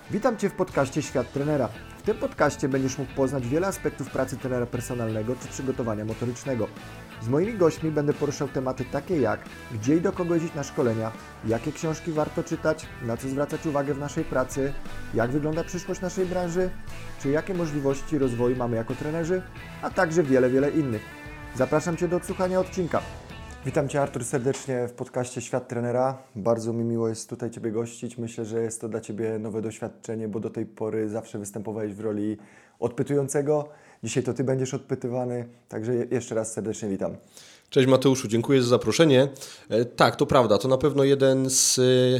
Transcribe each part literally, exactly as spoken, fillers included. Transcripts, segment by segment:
Witam Cię w podcaście Świat Trenera. W tym podcaście będziesz mógł poznać wiele aspektów pracy trenera personalnego czy przygotowania motorycznego. Z moimi gośćmi będę poruszał tematy takie jak gdzie i do kogo jeździć na szkolenia, jakie książki warto czytać, na co zwracać uwagę w naszej pracy, jak wygląda przyszłość naszej branży, czy jakie możliwości rozwoju mamy jako trenerzy, a także wiele, wiele innych. Zapraszam Cię do odsłuchania odcinka. Witam Cię, Artur, serdecznie w podcaście Świat Trenera. Bardzo mi miło jest tutaj Ciebie gościć. Myślę, że jest to dla Ciebie nowe doświadczenie, bo do tej pory zawsze występowałeś w roli odpytującego. Dzisiaj to Ty będziesz odpytywany, także jeszcze raz serdecznie witam. Cześć Mateuszu, dziękuję za zaproszenie. E, tak, to prawda, to na pewno jeden z,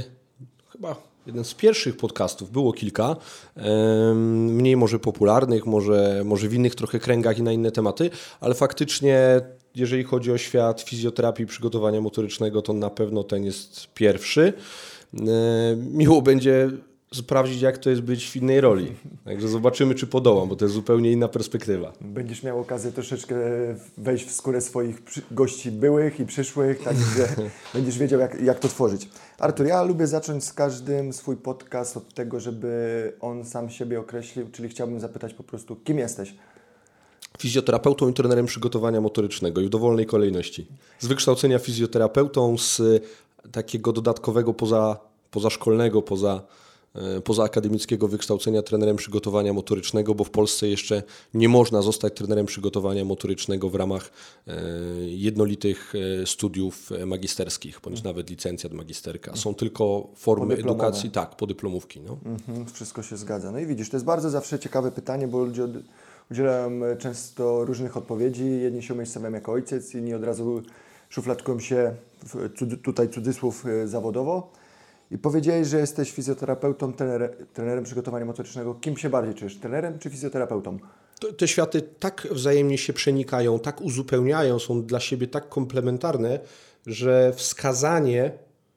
e, chyba jeden z pierwszych podcastów, było kilka, e, mniej może popularnych, może, może w innych trochę kręgach i na inne tematy, ale faktycznie jeżeli chodzi o świat fizjoterapii i przygotowania motorycznego, to na pewno ten jest pierwszy. E, miło będzie sprawdzić, jak to jest być w innej roli. Także zobaczymy, czy podołam, bo to jest zupełnie inna perspektywa. Będziesz miał okazję troszeczkę wejść w skórę swoich gości byłych i przyszłych, także będziesz wiedział, jak, jak to tworzyć. Artur, ja lubię zacząć z każdym swój podcast od tego, żeby on sam siebie określił, czyli chciałbym zapytać po prostu, kim jesteś? Fizjoterapeutą i trenerem przygotowania motorycznego i w dowolnej kolejności. Z wykształcenia fizjoterapeutą, z takiego dodatkowego poza, pozaszkolnego, poza pozaakademickiego wykształcenia trenerem przygotowania motorycznego, bo w Polsce jeszcze nie można zostać trenerem przygotowania motorycznego w ramach jednolitych studiów magisterskich, bądź nawet licencjat magisterka. Są tylko formy edukacji, tak, podyplomówki. No. Mhm, wszystko się zgadza. No i widzisz, to jest bardzo zawsze ciekawe pytanie, bo ludzie udzielają często różnych odpowiedzi. Jedni się umiejscowiają jako ojciec, inni od razu szufladkują się, w, tutaj cudzysłów, zawodowo. I powiedziałeś, że jesteś fizjoterapeutą, trener, trenerem przygotowania motorycznego. Kim się bardziej czujesz? Trenerem czy fizjoterapeutą? To, te światy tak wzajemnie się przenikają, tak uzupełniają, są dla siebie tak komplementarne, że wskazanie,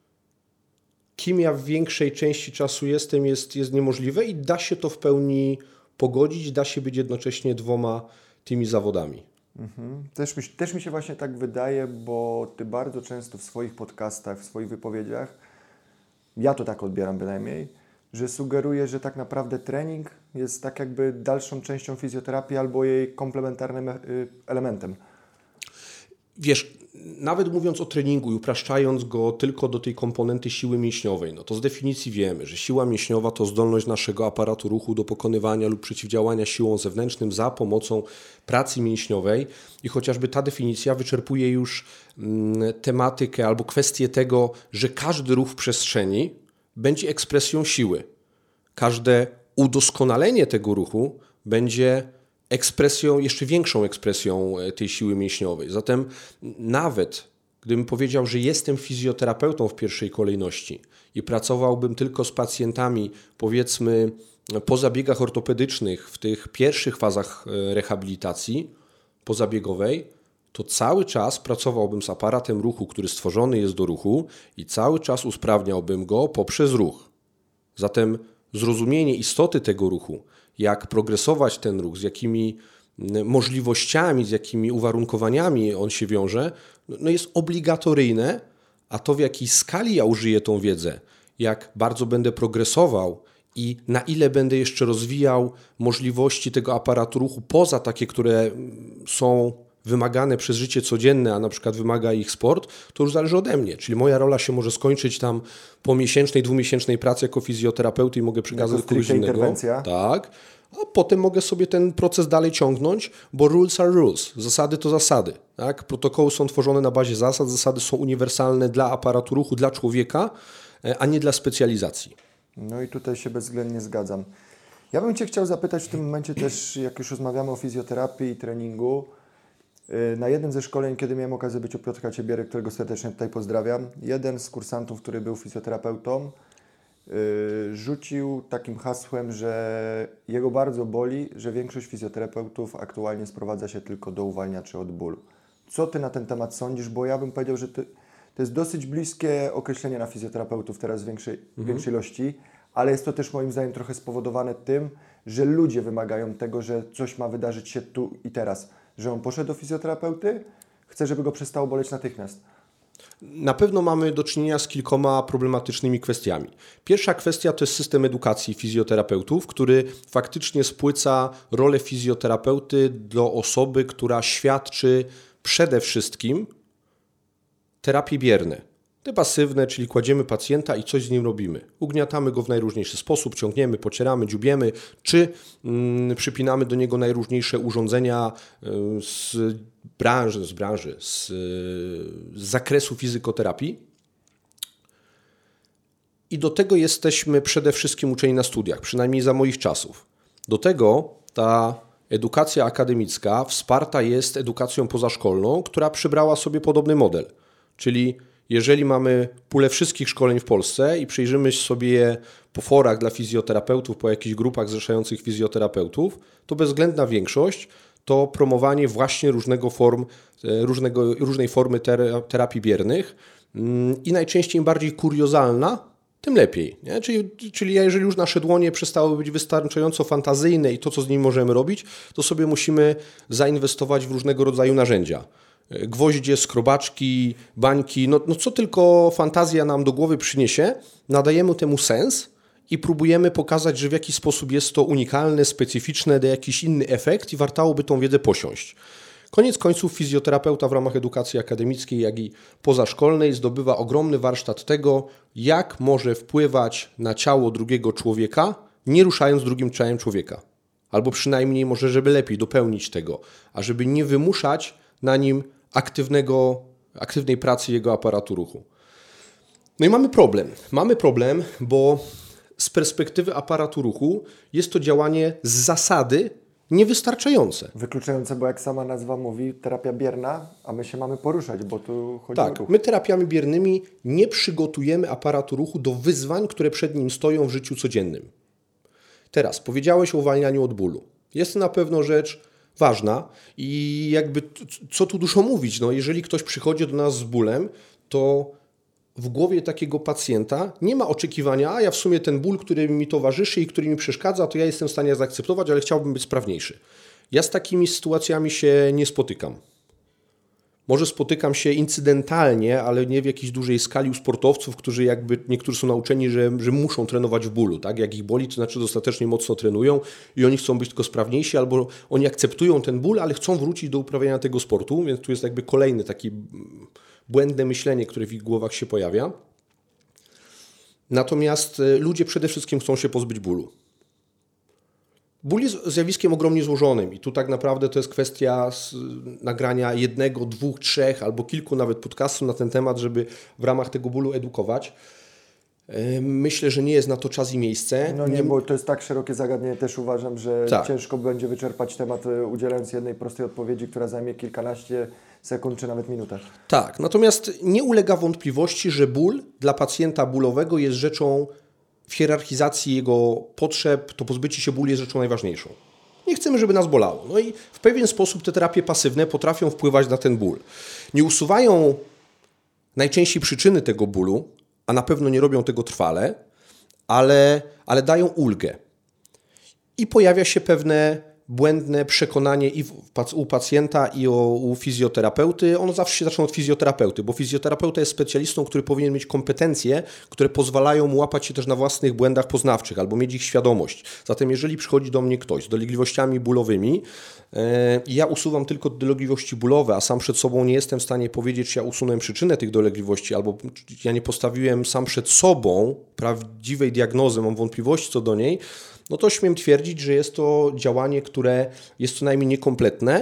kim ja w większej części czasu jestem, jest, jest niemożliwe i da się to w pełni pogodzić, da się być jednocześnie dwoma tymi zawodami. Mhm. Też, mi, też mi się właśnie tak wydaje, bo Ty bardzo często w swoich podcastach, w swoich wypowiedziach, ja to tak odbieram bynajmniej, że sugeruje, że tak naprawdę trening jest tak jakby dalszą częścią fizjoterapii albo jej komplementarnym elementem. Wiesz, nawet mówiąc o treningu i upraszczając go tylko do tej komponenty siły mięśniowej, no to z definicji wiemy, że siła mięśniowa to zdolność naszego aparatu ruchu do pokonywania lub przeciwdziałania siłom zewnętrznym za pomocą pracy mięśniowej i chociażby ta definicja wyczerpuje już mm, tematykę albo kwestię tego, że każdy ruch w przestrzeni będzie ekspresją siły. Każde udoskonalenie tego ruchu będzie ekspresją, jeszcze większą ekspresją tej siły mięśniowej. Zatem nawet gdybym powiedział, że jestem fizjoterapeutą w pierwszej kolejności i pracowałbym tylko z pacjentami, powiedzmy, po zabiegach ortopedycznych w tych pierwszych fazach rehabilitacji pozabiegowej, to cały czas pracowałbym z aparatem ruchu, który stworzony jest do ruchu i cały czas usprawniałbym go poprzez ruch. Zatem zrozumienie istoty tego ruchu, jak progresować ten ruch, z jakimi możliwościami, z jakimi uwarunkowaniami on się wiąże, no jest obligatoryjne, a to w jakiej skali ja użyję tą wiedzę, jak bardzo będę progresował i na ile będę jeszcze rozwijał możliwości tego aparatu ruchu poza takie, które są wymagane przez życie codzienne, a na przykład wymaga ich sport, to już zależy ode mnie. Czyli moja rola się może skończyć tam po miesięcznej, dwumiesięcznej pracy jako fizjoterapeuty i mogę przekazać kogoś innego. Interwencja. Tak. A potem mogę sobie ten proces dalej ciągnąć, bo rules are rules. Zasady to zasady. Tak? Protokoły są tworzone na bazie zasad, zasady są uniwersalne dla aparatu ruchu, dla człowieka, a nie dla specjalizacji. No i tutaj się bezwzględnie zgadzam. Ja bym Cię chciał zapytać w tym momencie też, jak już rozmawiamy o fizjoterapii i treningu, na jednym ze szkoleń, kiedy miałem okazję być u Piotra Ciebiery, którego serdecznie tutaj pozdrawiam, jeden z kursantów, który był fizjoterapeutą, yy, rzucił takim hasłem, że jego bardzo boli, że większość fizjoterapeutów aktualnie sprowadza się tylko do uwalniaczy od bólu. Co Ty na ten temat sądzisz? Bo ja bym powiedział, że ty, to jest dosyć bliskie określenie na fizjoterapeutów teraz w większej, mhm. większej ilości, ale jest to też moim zdaniem trochę spowodowane tym, że ludzie wymagają tego, że coś ma wydarzyć się tu i teraz. Że on poszedł do fizjoterapeuty, chce, żeby go przestało boleć natychmiast. Na pewno mamy do czynienia z kilkoma problematycznymi kwestiami. Pierwsza kwestia to jest system edukacji fizjoterapeutów, który faktycznie spłyca rolę fizjoterapeuty do osoby, która świadczy przede wszystkim terapie bierne. Te pasywne, czyli kładziemy pacjenta i coś z nim robimy. Ugniatamy go w najróżniejszy sposób, ciągniemy, pocieramy, dziubiemy, czy mm, przypinamy do niego najróżniejsze urządzenia y, z branży, z, branży z, z zakresu fizykoterapii. I do tego jesteśmy przede wszystkim uczeni na studiach, przynajmniej za moich czasów. Do tego ta edukacja akademicka wsparta jest edukacją pozaszkolną, która przybrała sobie podobny model, czyli jeżeli mamy pulę wszystkich szkoleń w Polsce i przyjrzymy sobie je po forach dla fizjoterapeutów, po jakichś grupach zrzeszających fizjoterapeutów, to bezwzględna większość to promowanie właśnie różnego form, różnego, różnej formy terapii biernych i najczęściej im bardziej kuriozalna, tym lepiej. Nie? Czyli, czyli jeżeli już nasze dłonie przestały być wystarczająco fantazyjne i to, co z nimi możemy robić, to sobie musimy zainwestować w różnego rodzaju narzędzia. Gwoździe, skrobaczki, bańki, no, no co tylko fantazja nam do głowy przyniesie, nadajemy temu sens i próbujemy pokazać, że w jakiś sposób jest to unikalne, specyficzne, daje jakiś inny efekt i wartałoby tą wiedzę posiąść. Koniec końców fizjoterapeuta w ramach edukacji akademickiej, jak i pozaszkolnej zdobywa ogromny warsztat tego, jak może wpływać na ciało drugiego człowieka, nie ruszając drugim ciałem człowieka. Albo przynajmniej może, żeby lepiej dopełnić tego, a żeby nie wymuszać na nim aktywnego, aktywnej pracy jego aparatu ruchu. No i mamy problem. Mamy problem, bo z perspektywy aparatu ruchu jest to działanie z zasady niewystarczające. Wykluczające, bo jak sama nazwa mówi, terapia bierna, a my się mamy poruszać, bo tu chodzi tak, o ruch. My terapiami biernymi nie przygotujemy aparatu ruchu do wyzwań, które przed nim stoją w życiu codziennym. Teraz, powiedziałeś o uwalnianiu od bólu. Jest to na pewno rzecz ważna i jakby co tu dużo mówić, no jeżeli ktoś przychodzi do nas z bólem, to w głowie takiego pacjenta nie ma oczekiwania, a ja w sumie ten ból, który mi towarzyszy i który mi przeszkadza, to ja jestem w stanie zaakceptować, ale chciałbym być sprawniejszy. Ja z takimi sytuacjami się nie spotykam. Może spotykam się incydentalnie, ale nie w jakiejś dużej skali u sportowców, którzy jakby, niektórzy są nauczeni, że, że muszą trenować w bólu, tak? Jak ich boli, to znaczy dostatecznie mocno trenują i oni chcą być tylko sprawniejsi, albo oni akceptują ten ból, ale chcą wrócić do uprawiania tego sportu, więc tu jest jakby kolejny taki błędne myślenie, które w ich głowach się pojawia. Natomiast ludzie przede wszystkim chcą się pozbyć bólu. Ból jest zjawiskiem ogromnie złożonym i tu tak naprawdę to jest kwestia nagrania jednego, dwóch, trzech albo kilku nawet podcastów na ten temat, żeby w ramach tego bólu edukować. Myślę, że nie jest na to czas i miejsce. No nie, bo to jest tak szerokie zagadnienie, też uważam, że tak. ciężko będzie wyczerpać temat, udzielając jednej prostej odpowiedzi, która zajmie kilkanaście sekund czy nawet minutę. Tak, natomiast nie ulega wątpliwości, że ból dla pacjenta bólowego jest rzeczą w hierarchizacji jego potrzeb, to pozbycie się bólu jest rzeczą najważniejszą. Nie chcemy, żeby nas bolało. No i w pewien sposób te terapie pasywne potrafią wpływać na ten ból. Nie usuwają najczęściej przyczyny tego bólu, a na pewno nie robią tego trwale, ale, ale dają ulgę. I pojawia się pewne błędne przekonanie i u pacjenta, i u fizjoterapeuty. Ono zawsze się zaczyna od fizjoterapeuty, bo fizjoterapeuta jest specjalistą, który powinien mieć kompetencje, które pozwalają mu łapać się też na własnych błędach poznawczych albo mieć ich świadomość. Zatem jeżeli przychodzi do mnie ktoś z dolegliwościami bólowymi, i ja usuwam tylko dolegliwości bólowe, a sam przed sobą nie jestem w stanie powiedzieć, czy ja usunąłem przyczynę tych dolegliwości, albo ja nie postawiłem sam przed sobą prawdziwej diagnozy, mam wątpliwości co do niej, no to śmiem twierdzić, że jest to działanie, które jest co najmniej niekompletne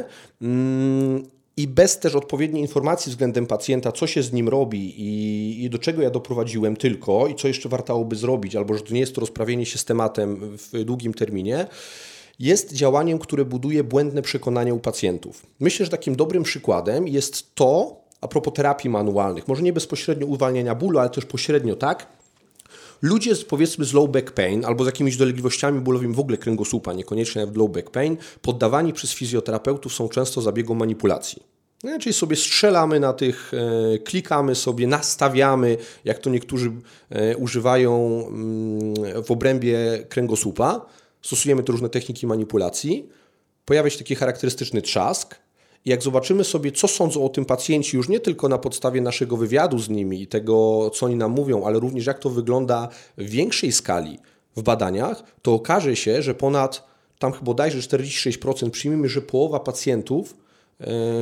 i bez też odpowiedniej informacji względem pacjenta, co się z nim robi i, i do czego ja doprowadziłem tylko i co jeszcze wartałoby zrobić, albo że to nie jest to rozprawienie się z tematem w długim terminie, jest działaniem, które buduje błędne przekonania u pacjentów. Myślę, że takim dobrym przykładem jest to, a propos terapii manualnych, może nie bezpośrednio uwalniania bólu, ale też pośrednio tak, ludzie z, powiedzmy z low back pain albo z jakimiś dolegliwościami bólowymi w ogóle kręgosłupa, niekoniecznie nawet low back pain, poddawani przez fizjoterapeutów są często zabiegom manipulacji. No, czyli sobie strzelamy na tych, e, klikamy sobie, nastawiamy, jak to niektórzy e, używają mm, w obrębie kręgosłupa. Stosujemy te różne techniki manipulacji. Pojawia się taki charakterystyczny trzask jak zobaczymy sobie, co sądzą o tym pacjenci, już nie tylko na podstawie naszego wywiadu z nimi i tego, co oni nam mówią, ale również jak to wygląda w większej skali w badaniach, to okaże się, że ponad, tam chyba bodajże czterdzieści sześć procent, przyjmijmy, że połowa pacjentów yy,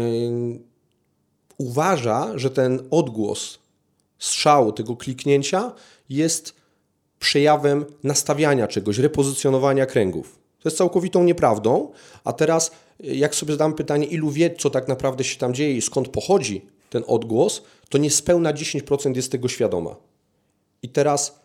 uważa, że ten odgłos strzału, tego kliknięcia jest przejawem nastawiania czegoś, repozycjonowania kręgów. To jest całkowitą nieprawdą, a teraz jak sobie zadam pytanie, ilu wie, co tak naprawdę się tam dzieje i skąd pochodzi ten odgłos, to niespełna dziesięć procent jest tego świadoma. I teraz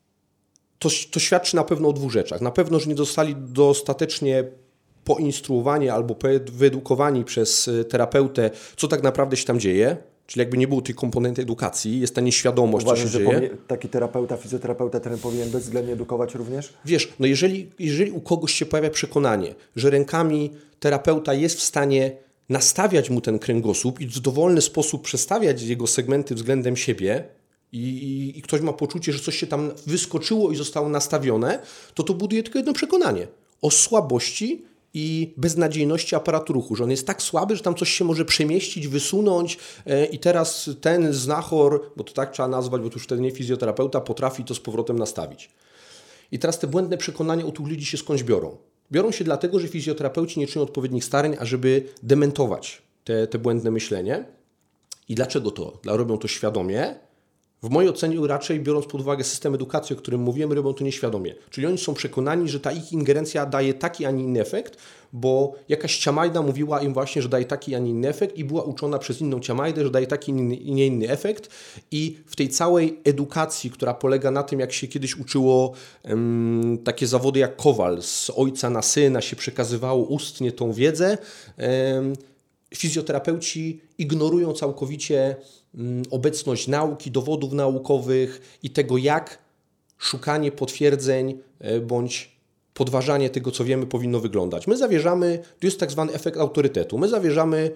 to, to świadczy na pewno o dwóch rzeczach. Na pewno, że nie zostali dostatecznie poinstruowani albo wyedukowani przez terapeutę, co tak naprawdę się tam dzieje, czyli jakby nie było tej komponenty edukacji, jest ta nieświadomość, Uważasz, co się że dzieje. powinien, taki terapeuta, fizjoterapeuta, ten powinien bezwzględnie edukować również? Wiesz, no jeżeli, jeżeli u kogoś się pojawia przekonanie, że rękami terapeuta jest w stanie nastawiać mu ten kręgosłup i w dowolny sposób przestawiać jego segmenty względem siebie i, i, i ktoś ma poczucie, że coś się tam wyskoczyło i zostało nastawione, to to buduje tylko jedno przekonanie o słabości i beznadziejności aparatu ruchu, że on jest tak słaby, że tam coś się może przemieścić, wysunąć e, i teraz ten znachor, bo to tak trzeba nazwać, bo to już wtedy nie fizjoterapeuta, potrafi to z powrotem nastawić. I teraz te błędne przekonania u tych ludzi się skądś biorą. Biorą się dlatego, że fizjoterapeuci nie czynią odpowiednich starań, ażeby dementować te, te błędne myślenie. I dlaczego to? Robią to świadomie. W mojej ocenie raczej, biorąc pod uwagę system edukacji, o którym mówiłem, robią to nieświadomie. Czyli oni są przekonani, że ta ich ingerencja daje taki, a nie inny efekt, bo jakaś ciamajda mówiła im właśnie, że daje taki, a nie inny efekt i była uczona przez inną ciamajdę, że daje taki, a nie inny efekt. I w tej całej edukacji, która polega na tym, jak się kiedyś uczyło um, takie zawody jak kowal, z ojca na syna się przekazywało ustnie tą wiedzę, um, fizjoterapeuci ignorują całkowicie obecność nauki, dowodów naukowych i tego, jak szukanie potwierdzeń bądź podważanie tego, co wiemy, powinno wyglądać. My zawierzamy, to jest tak zwany efekt autorytetu, my zawierzamy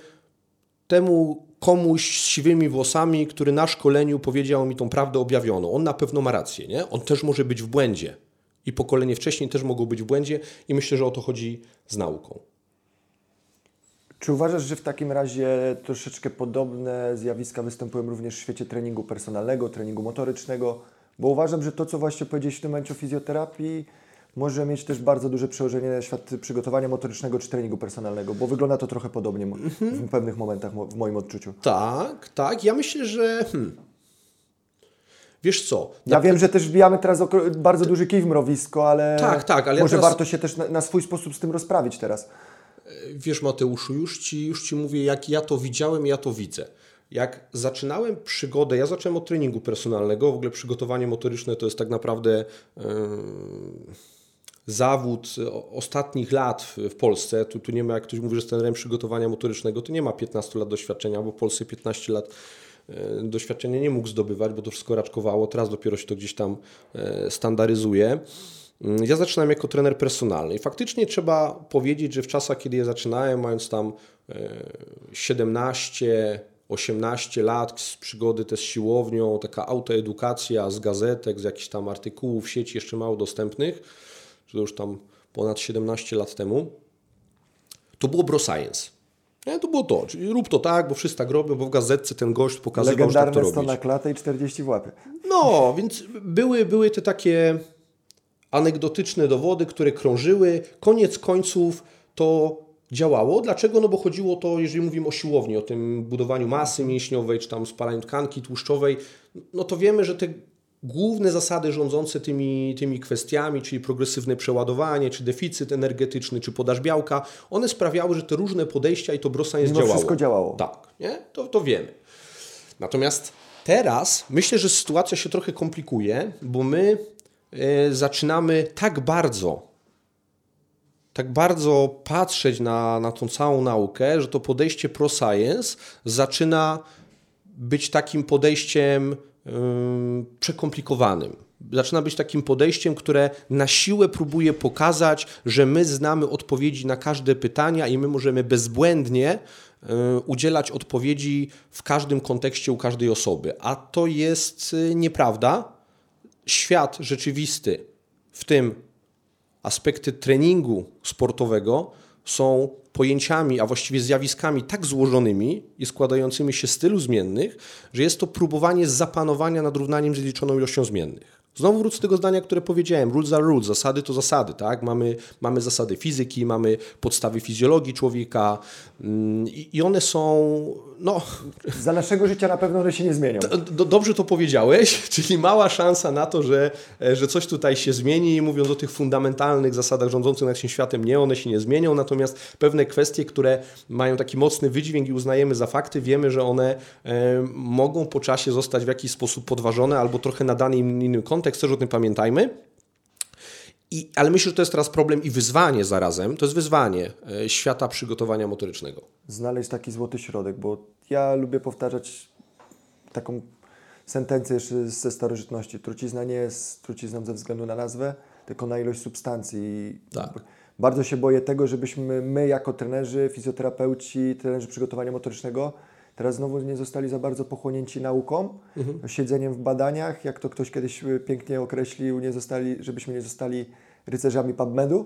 temu komuś z siwymi włosami, który na szkoleniu powiedział mi tą prawdę objawioną. On na pewno ma rację, nie? On też może być w błędzie i pokolenie wcześniej też mogło być w błędzie i myślę, że o to chodzi z nauką. Czy uważasz, że w takim razie troszeczkę podobne zjawiska występują również w świecie treningu personalnego, treningu motorycznego? Bo uważam, że to, co właśnie powiedziałeś w tym momencie o fizjoterapii, może mieć też bardzo duże przełożenie na świat przygotowania motorycznego czy treningu personalnego, bo wygląda to trochę podobnie w pewnych momentach w moim odczuciu. Tak, tak. Ja myślę, że... Hmm. Wiesz co? Ja na... wiem, że też wbijamy teraz bardzo duży kij w mrowisko, ale, tak, tak, ale może ja teraz... warto się też na, na swój sposób z tym rozprawić teraz. Wiesz, Mateuszu, już ci, już ci mówię, jak ja to widziałem, ja to widzę. Jak zaczynałem przygodę, ja zacząłem od treningu personalnego, w ogóle przygotowanie motoryczne to jest tak naprawdę yy, zawód ostatnich lat w, w Polsce. Tu, tu nie ma, jak ktoś mówi, że jest trenerem przygotowania motorycznego, to nie ma piętnastu lat doświadczenia, bo w Polsce piętnaście lat yy, doświadczenia nie mógł zdobywać, bo to wszystko raczkowało, teraz dopiero się to gdzieś tam yy, standaryzuje. Ja zaczynałem jako trener personalny i faktycznie trzeba powiedzieć, że w czasach, kiedy ja zaczynałem, mając tam siedemnaście, osiemnaście lat, z przygody też z siłownią, taka autoedukacja z gazetek, z jakichś tam artykułów w sieci jeszcze mało dostępnych, to już tam ponad siedemnaście lat temu, to było bro science. Nie, to było to, czyli rób to tak, bo wszyscy tak robią, bo w gazetce ten gość pokazywał, że tak to robić. Legendarne sto na klatę i czterdzieści w łapie. No, więc były, były te takie anegdotyczne dowody, które krążyły. Koniec końców to działało. Dlaczego? No bo chodziło to, jeżeli mówimy o siłowni, o tym budowaniu masy mięśniowej, czy tam spalaniu tkanki tłuszczowej, no to wiemy, że te główne zasady rządzące tymi, tymi kwestiami, czyli progresywne przeładowanie, czy deficyt energetyczny, czy podaż białka, one sprawiały, że te różne podejścia i to bro science działało. wszystko działało. Tak, nie? To, to wiemy. Natomiast teraz myślę, że sytuacja się trochę komplikuje, bo my zaczynamy tak bardzo, tak bardzo patrzeć na, na tą całą naukę, że to podejście pro-science zaczyna być takim podejściem yy, przekomplikowanym. Zaczyna być takim podejściem, które na siłę próbuje pokazać, że my znamy odpowiedzi na każde pytania i my możemy bezbłędnie yy, udzielać odpowiedzi w każdym kontekście u każdej osoby. A to jest yy, nieprawda. Świat rzeczywisty, w tym aspekty treningu sportowego, są pojęciami, a właściwie zjawiskami tak złożonymi i składającymi się z tylu zmiennych, że jest to próbowanie zapanowania nad równaniem z zliczoną ilością zmiennych. Znowu wrócę do tego zdania, które powiedziałem. Rules are rules, zasady to zasady. Tak? Mamy, mamy zasady fizyki, mamy podstawy fizjologii człowieka mm, i one są... No, za naszego życia na pewno one się nie zmienią. Do, do, dobrze to powiedziałeś, czyli mała szansa na to, że, że coś tutaj się zmieni. Mówiąc o tych fundamentalnych zasadach rządzących nad tym światem, nie, one się nie zmienią. Natomiast pewne kwestie, które mają taki mocny wydźwięk i uznajemy za fakty, wiemy, że one e, mogą po czasie zostać w jakiś sposób podważone albo trochę nadane im inny kontekst. Też o tym pamiętajmy. I, ale myślę, że to jest teraz problem i wyzwanie zarazem. To jest wyzwanie e, świata przygotowania motorycznego. Znaleźć taki złoty środek, bo ja lubię powtarzać taką sentencję jeszcze ze starożytności. Trucizna nie jest trucizną ze względu na nazwę, tylko na ilość substancji. Tak. Bardzo się boję tego, żebyśmy my jako trenerzy, fizjoterapeuci, trenerzy przygotowania motorycznego teraz znowu nie zostali za bardzo pochłonięci nauką, mhm. siedzeniem w badaniach, jak to ktoś kiedyś pięknie określił, nie zostali, żebyśmy nie zostali rycerzami PubMedu,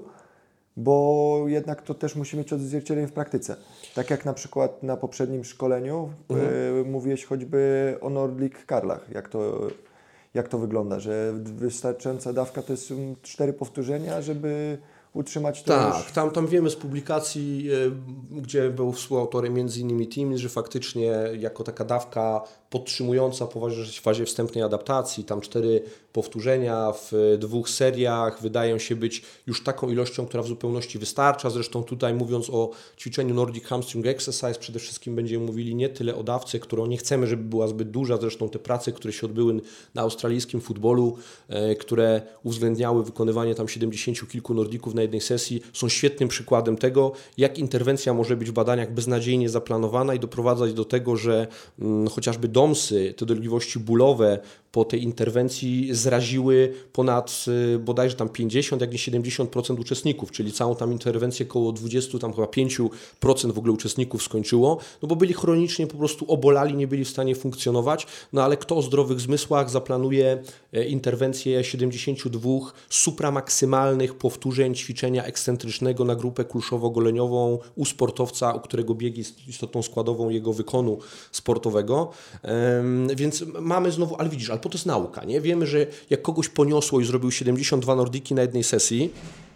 bo jednak to też musi mieć odzwierciedlenie w praktyce. Tak jak na przykład na poprzednim szkoleniu mhm. y, mówiłeś choćby o Nordic Curlach, jak to, jak to wygląda, że wystarczająca dawka to jest cztery powtórzenia, żeby utrzymać to. Tak, już... tam, tam wiemy z publikacji, y, gdzie był współautorem między innymi Tim, że faktycznie jako taka dawka podtrzymująca po fazie wstępnej adaptacji, tam cztery powtórzenia w dwóch seriach wydają się być już taką ilością, która w zupełności wystarcza. Zresztą tutaj mówiąc o ćwiczeniu Nordic Hamstring Exercise, przede wszystkim będziemy mówili nie tyle o dawce, którą nie chcemy, żeby była zbyt duża. Zresztą te prace, które się odbyły na australijskim futbolu, e, które uwzględniały wykonywanie tam siedemdziesięciu kilku nordików na jednej sesji, są świetnym przykładem tego, jak interwencja może być w badaniach beznadziejnie zaplanowana i doprowadzać do tego, że mm, chociażby domsy, te dolegliwości bólowe po tej interwencji zraziły ponad bodajże tam pięćdziesiąt, jak nie siedemdziesiąt procent uczestników, czyli całą tam interwencję około dwadzieścia, tam chyba pięć procent w ogóle uczestników skończyło, no bo byli chronicznie po prostu obolali, nie byli w stanie funkcjonować, no ale kto o zdrowych zmysłach zaplanuje interwencję siedemdziesięciu dwóch supramaksymalnych powtórzeń ćwiczenia ekscentrycznego na grupę kulszowo-goleniową u sportowca, u którego bieg jest istotną składową jego wykonu sportowego, um, więc mamy znowu, ale widzisz, ale po to jest nauka, nie? Wiemy, że jak kogoś poniosło i zrobił siedemdziesiąt dwa nordiki na jednej sesji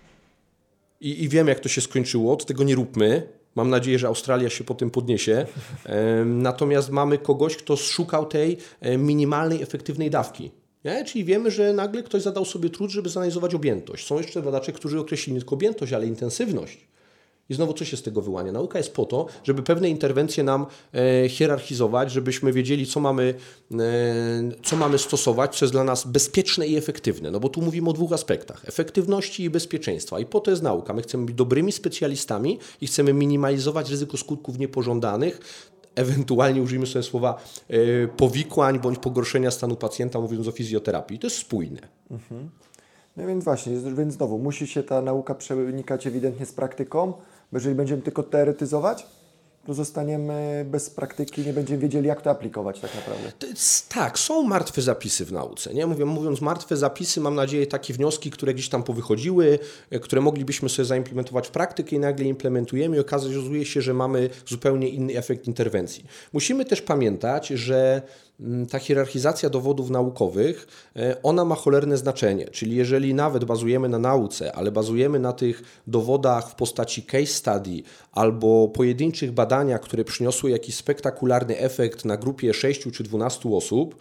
i, i wiemy, jak to się skończyło, to tego nie róbmy. Mam nadzieję, że Australia się po tym podniesie. Natomiast mamy kogoś, kto szukał tej minimalnej, efektywnej dawki. Nie? Czyli wiemy, że nagle ktoś zadał sobie trud, żeby zanalizować objętość. Są jeszcze badacze, którzy określili nie tylko objętość, ale intensywność. I znowu co się z tego wyłania? Nauka jest po to, żeby pewne interwencje nam e, hierarchizować, żebyśmy wiedzieli, co mamy, e, co mamy stosować, co jest dla nas bezpieczne i efektywne. No bo tu mówimy o dwóch aspektach. Efektywności i bezpieczeństwa. I po to jest nauka. My chcemy być dobrymi specjalistami i chcemy minimalizować ryzyko skutków niepożądanych, ewentualnie użyjmy sobie słowa e, powikłań bądź pogorszenia stanu pacjenta, mówiąc o fizjoterapii. To jest spójne. Mhm. No więc właśnie, więc znowu musi się ta nauka przenikać ewidentnie z praktyką, bo jeżeli będziemy tylko teoretyzować, to zostaniemy bez praktyki, nie będziemy wiedzieli, jak to aplikować tak naprawdę. To jest, tak, są martwe zapisy w nauce. Nie? Mówię, mówiąc martwe zapisy, mam nadzieję takie wnioski, które gdzieś tam powychodziły, które moglibyśmy sobie zaimplementować w praktykę i nagle implementujemy i okazuje się, że mamy zupełnie inny efekt interwencji. Musimy też pamiętać, że ta hierarchizacja dowodów naukowych, ona ma cholerne znaczenie, czyli jeżeli nawet bazujemy na nauce, ale bazujemy na tych dowodach w postaci case study albo pojedynczych badaniach, które przyniosły jakiś spektakularny efekt na grupie sześciu czy dwunastu osób,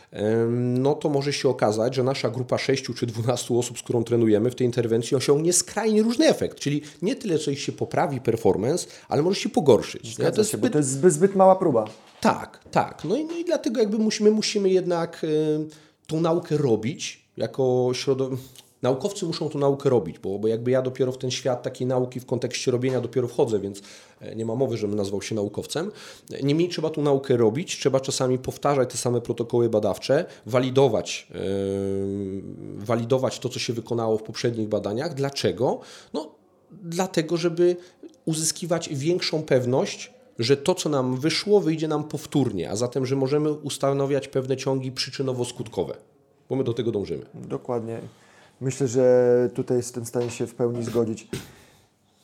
no to może się okazać, że nasza grupa sześciu czy dwunastu osób, z którą trenujemy w tej interwencji, osiągnie skrajnie różny efekt, czyli nie tyle, co ich się poprawi performance, ale może się pogorszyć. Zgadza to jest się, zbyt... bo to jest zbyt, zbyt mała próba. Tak, tak. No i, no i dlatego jakby musimy, musimy jednak y, tą naukę robić jako środowisko. Naukowcy muszą tą naukę robić, bo, bo jakby ja dopiero w ten świat takiej nauki w kontekście robienia dopiero wchodzę, więc nie ma mowy, żebym nazwał się naukowcem. Niemniej trzeba tą naukę robić, trzeba czasami powtarzać te same protokoły badawcze, walidować, yy, walidować to, co się wykonało w poprzednich badaniach. Dlaczego? No dlatego, żeby uzyskiwać większą pewność, że to, co nam wyszło, wyjdzie nam powtórnie, a zatem, że możemy ustanawiać pewne ciągi przyczynowo-skutkowe, bo my do tego dążymy. Dokładnie. Myślę, że tutaj jestem w stanie się w pełni zgodzić.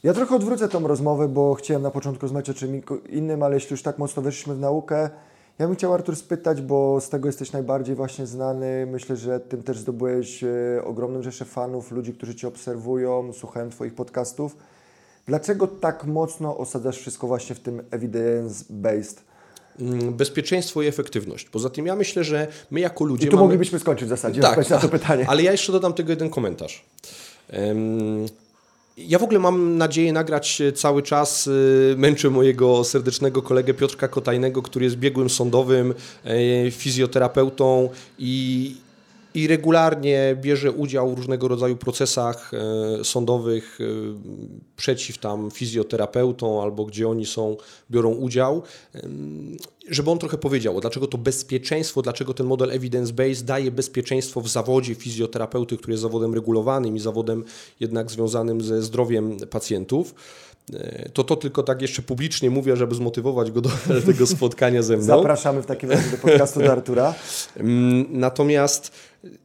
Ja trochę odwrócę tą rozmowę, bo chciałem na początku rozmawiać o czym innym, ale jeśli już tak mocno weszliśmy w naukę, ja bym chciał, Artur, spytać, bo z tego jesteś najbardziej właśnie znany. Myślę, że tym też zdobyłeś e, ogromną rzeszę fanów, ludzi, którzy Cię obserwują, słuchają Twoich podcastów. Dlaczego tak mocno osadzasz wszystko właśnie w tym evidence-based? Bezpieczeństwo i efektywność. Poza tym ja myślę, że my jako ludzie I tu mamy... moglibyśmy skończyć w zasadzie, tak, na to pytanie. Ale ja jeszcze dodam tego jeden komentarz. Um, Ja w ogóle mam nadzieję nagrać cały czas, męczę mojego serdecznego kolegę Piotrka Kotajnego, który jest biegłym sądowym, fizjoterapeutą i, i regularnie bierze udział w różnego rodzaju procesach sądowych przeciw tam fizjoterapeutom albo gdzie oni są, biorą udział, żeby on trochę powiedział, dlaczego to bezpieczeństwo, dlaczego ten model evidence-based daje bezpieczeństwo w zawodzie fizjoterapeuty, który jest zawodem regulowanym i zawodem jednak związanym ze zdrowiem pacjentów. To to tylko tak jeszcze publicznie mówię, żeby zmotywować go do tego spotkania ze mną. Zapraszamy w takim razie do podcastu do Artura. Natomiast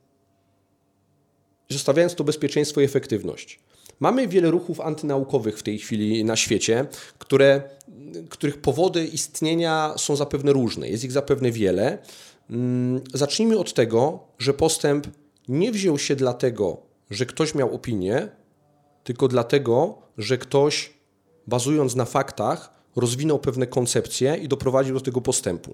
zostawiając to bezpieczeństwo i efektywność. Mamy wiele ruchów antynaukowych w tej chwili na świecie, które, których powody istnienia są zapewne różne. Jest ich zapewne wiele. Zacznijmy od tego, że postęp nie wziął się dlatego, że ktoś miał opinię, tylko dlatego, że ktoś, bazując na faktach, rozwinął pewne koncepcje i doprowadził do tego postępu.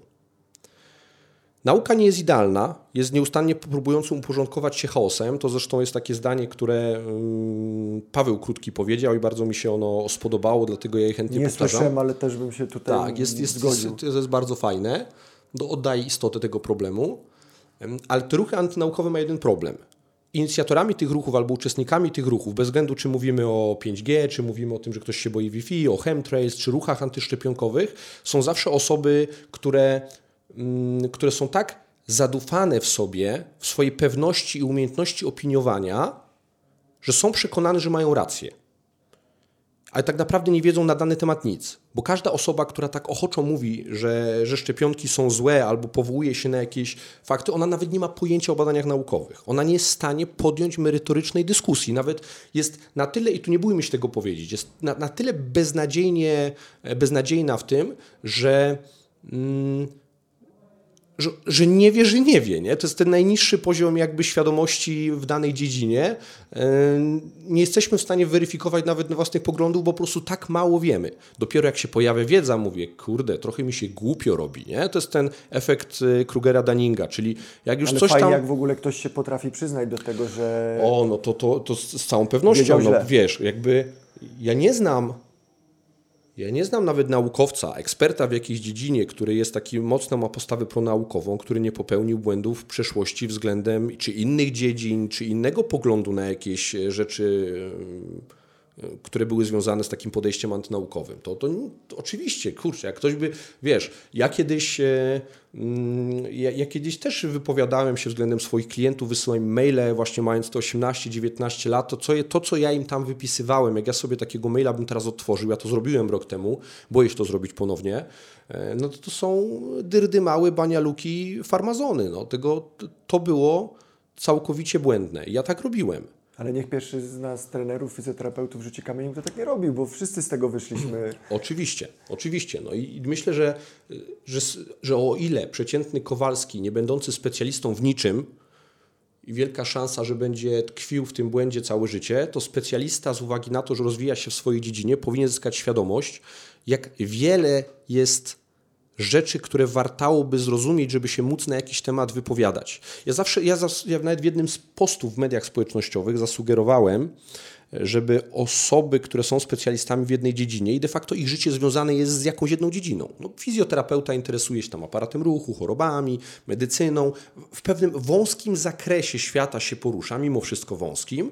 Nauka nie jest idealna, jest nieustannie próbującą uporządkować się chaosem. To zresztą jest takie zdanie, które Paweł Krótki powiedział i bardzo mi się ono spodobało, dlatego ja je chętnie nie powtarzam. Nie słyszę, ale też bym się tutaj tak, jest, jest, zgodził. Jest, to jest bardzo fajne, to oddaje istotę tego problemu, ale te ruchy antynaukowe mają jeden problem. Inicjatorami tych ruchów albo uczestnikami tych ruchów, bez względu czy mówimy o pięć G, czy mówimy o tym, że ktoś się boi Wi-Fi, o chemtrails, czy ruchach antyszczepionkowych, są zawsze osoby, które które są tak zadufane w sobie, w swojej pewności i umiejętności opiniowania, że są przekonane, że mają rację. Ale tak naprawdę nie wiedzą na dany temat nic. Bo każda osoba, która tak ochoczo mówi, że, że szczepionki są złe albo powołuje się na jakieś fakty, ona nawet nie ma pojęcia o badaniach naukowych. Ona nie jest w stanie podjąć merytorycznej dyskusji. Nawet jest na tyle, i tu nie bójmy się tego powiedzieć, jest na, na tyle beznadziejnie, beznadziejna w tym, że... Mm, Że, że nie wie, że nie wie. Nie? To jest ten najniższy poziom jakby świadomości w danej dziedzinie. Nie jesteśmy w stanie weryfikować nawet na własnych poglądów, bo po prostu tak mało wiemy. Dopiero jak się pojawia wiedza, mówię, kurde, trochę mi się głupio robi. Nie? To jest ten efekt Krugera-Dunninga, czyli jak już Ale coś fajnie, tam... jak w ogóle ktoś się potrafi przyznać do tego, że... O, no to, to, to z całą pewnością, no wiesz, jakby ja nie znam Ja nie znam nawet naukowca, eksperta w jakiejś dziedzinie, który jest taki mocno, ma postawę pronaukową, który nie popełnił błędów w przeszłości względem czy innych dziedzin, czy innego poglądu na jakieś rzeczy, które były związane z takim podejściem antynaukowym. To, to, to oczywiście, kurczę, jak ktoś by, wiesz, ja kiedyś, ja, ja kiedyś też wypowiadałem się względem swoich klientów, wysyłałem maile właśnie mając te osiemnaście dziewiętnaście lat, to co, to co ja im tam wypisywałem, jak ja sobie takiego maila bym teraz otworzył, ja to zrobiłem rok temu, boję się to zrobić ponownie, no to, to są dyrdymały, banialuki, farmazony. No, tego, to było całkowicie błędne. Ja tak robiłem. Ale niech pierwszy z nas, trenerów, fizjoterapeutów, rzuci kamieniem, to tak nie robił, bo wszyscy z tego wyszliśmy. Oczywiście, oczywiście. No i myślę, że, że, że o ile przeciętny Kowalski, nie będący specjalistą w niczym, i wielka szansa, że będzie tkwił w tym błędzie całe życie, to specjalista z uwagi na to, że rozwija się w swojej dziedzinie, powinien zyskać świadomość, jak wiele jest rzeczy, które wartałoby zrozumieć, żeby się móc na jakiś temat wypowiadać. Ja zawsze, ja, zas, ja nawet w jednym z postów w mediach społecznościowych zasugerowałem, żeby osoby, które są specjalistami w jednej dziedzinie i de facto ich życie związane jest z jakąś jedną dziedziną. No, fizjoterapeuta interesuje się tam aparatem ruchu, chorobami, medycyną. W pewnym wąskim zakresie świata się porusza, mimo wszystko wąskim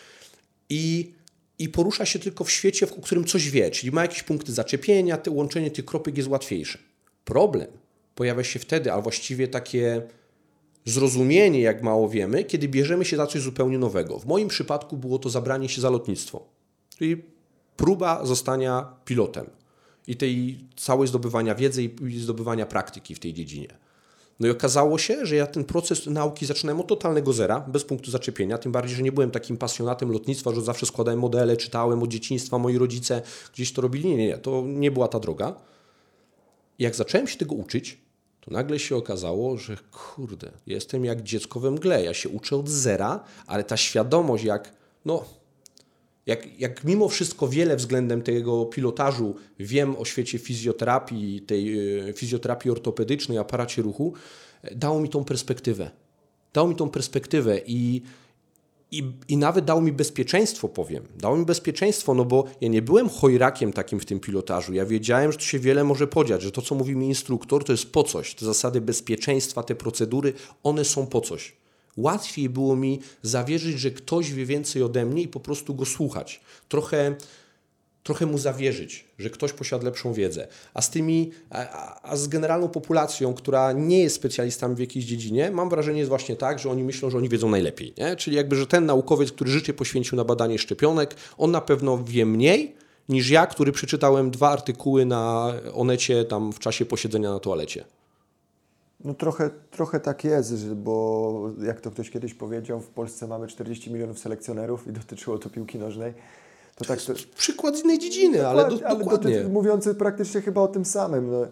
i I porusza się tylko w świecie, w którym coś wie, czyli ma jakieś punkty zaczepienia, te łączenie tych kropek jest łatwiejsze. Problem pojawia się wtedy, a właściwie takie zrozumienie, jak mało wiemy, kiedy bierzemy się za coś zupełnie nowego. W moim przypadku było to zabranie się za lotnictwo, czyli próba zostania pilotem i tej całej zdobywania wiedzy i zdobywania praktyki w tej dziedzinie. No i okazało się, że ja ten proces nauki zaczynałem od totalnego zera, bez punktu zaczepienia, tym bardziej, że nie byłem takim pasjonatem lotnictwa, że zawsze składałem modele, czytałem od dzieciństwa, moi rodzice gdzieś to robili. Nie, nie, nie, to nie była ta droga. I jak zacząłem się tego uczyć, to nagle się okazało, że kurde, jestem jak dziecko we mgle. Ja się uczę od zera, ale ta świadomość, jak, no, jak, jak mimo wszystko wiele względem tego pilotażu wiem o świecie fizjoterapii, tej fizjoterapii ortopedycznej, aparacie ruchu, dało mi tą perspektywę. Dało mi tą perspektywę i I, I nawet dało mi bezpieczeństwo, powiem. Dało mi bezpieczeństwo, no bo ja nie byłem chojrakiem takim w tym pilotażu. Ja wiedziałem, że tu się wiele może podziać, że to, co mówi mi instruktor, to jest po coś. Te zasady bezpieczeństwa, te procedury, one są po coś. Łatwiej było mi zawierzyć, że ktoś wie więcej ode mnie i po prostu go słuchać. Trochę... trochę mu zawierzyć, że ktoś posiada lepszą wiedzę. A z tymi, a, a z generalną populacją, która nie jest specjalistami w jakiejś dziedzinie, mam wrażenie jest właśnie tak, że oni myślą, że oni wiedzą najlepiej. Nie? Czyli jakby, że ten naukowiec, który życie poświęcił na badanie szczepionek, on na pewno wie mniej niż ja, który przeczytałem dwa artykuły na Onecie tam w czasie posiedzenia na toalecie. No trochę, trochę tak jest, że, bo jak to ktoś kiedyś powiedział, w Polsce mamy czterdzieści milionów selekcjonerów i dotyczyło to piłki nożnej. To, to tak, jest to... przykład z innej dziedziny, ale, do, ale dokładnie. Dotyczy, mówiący praktycznie chyba o tym samym. No.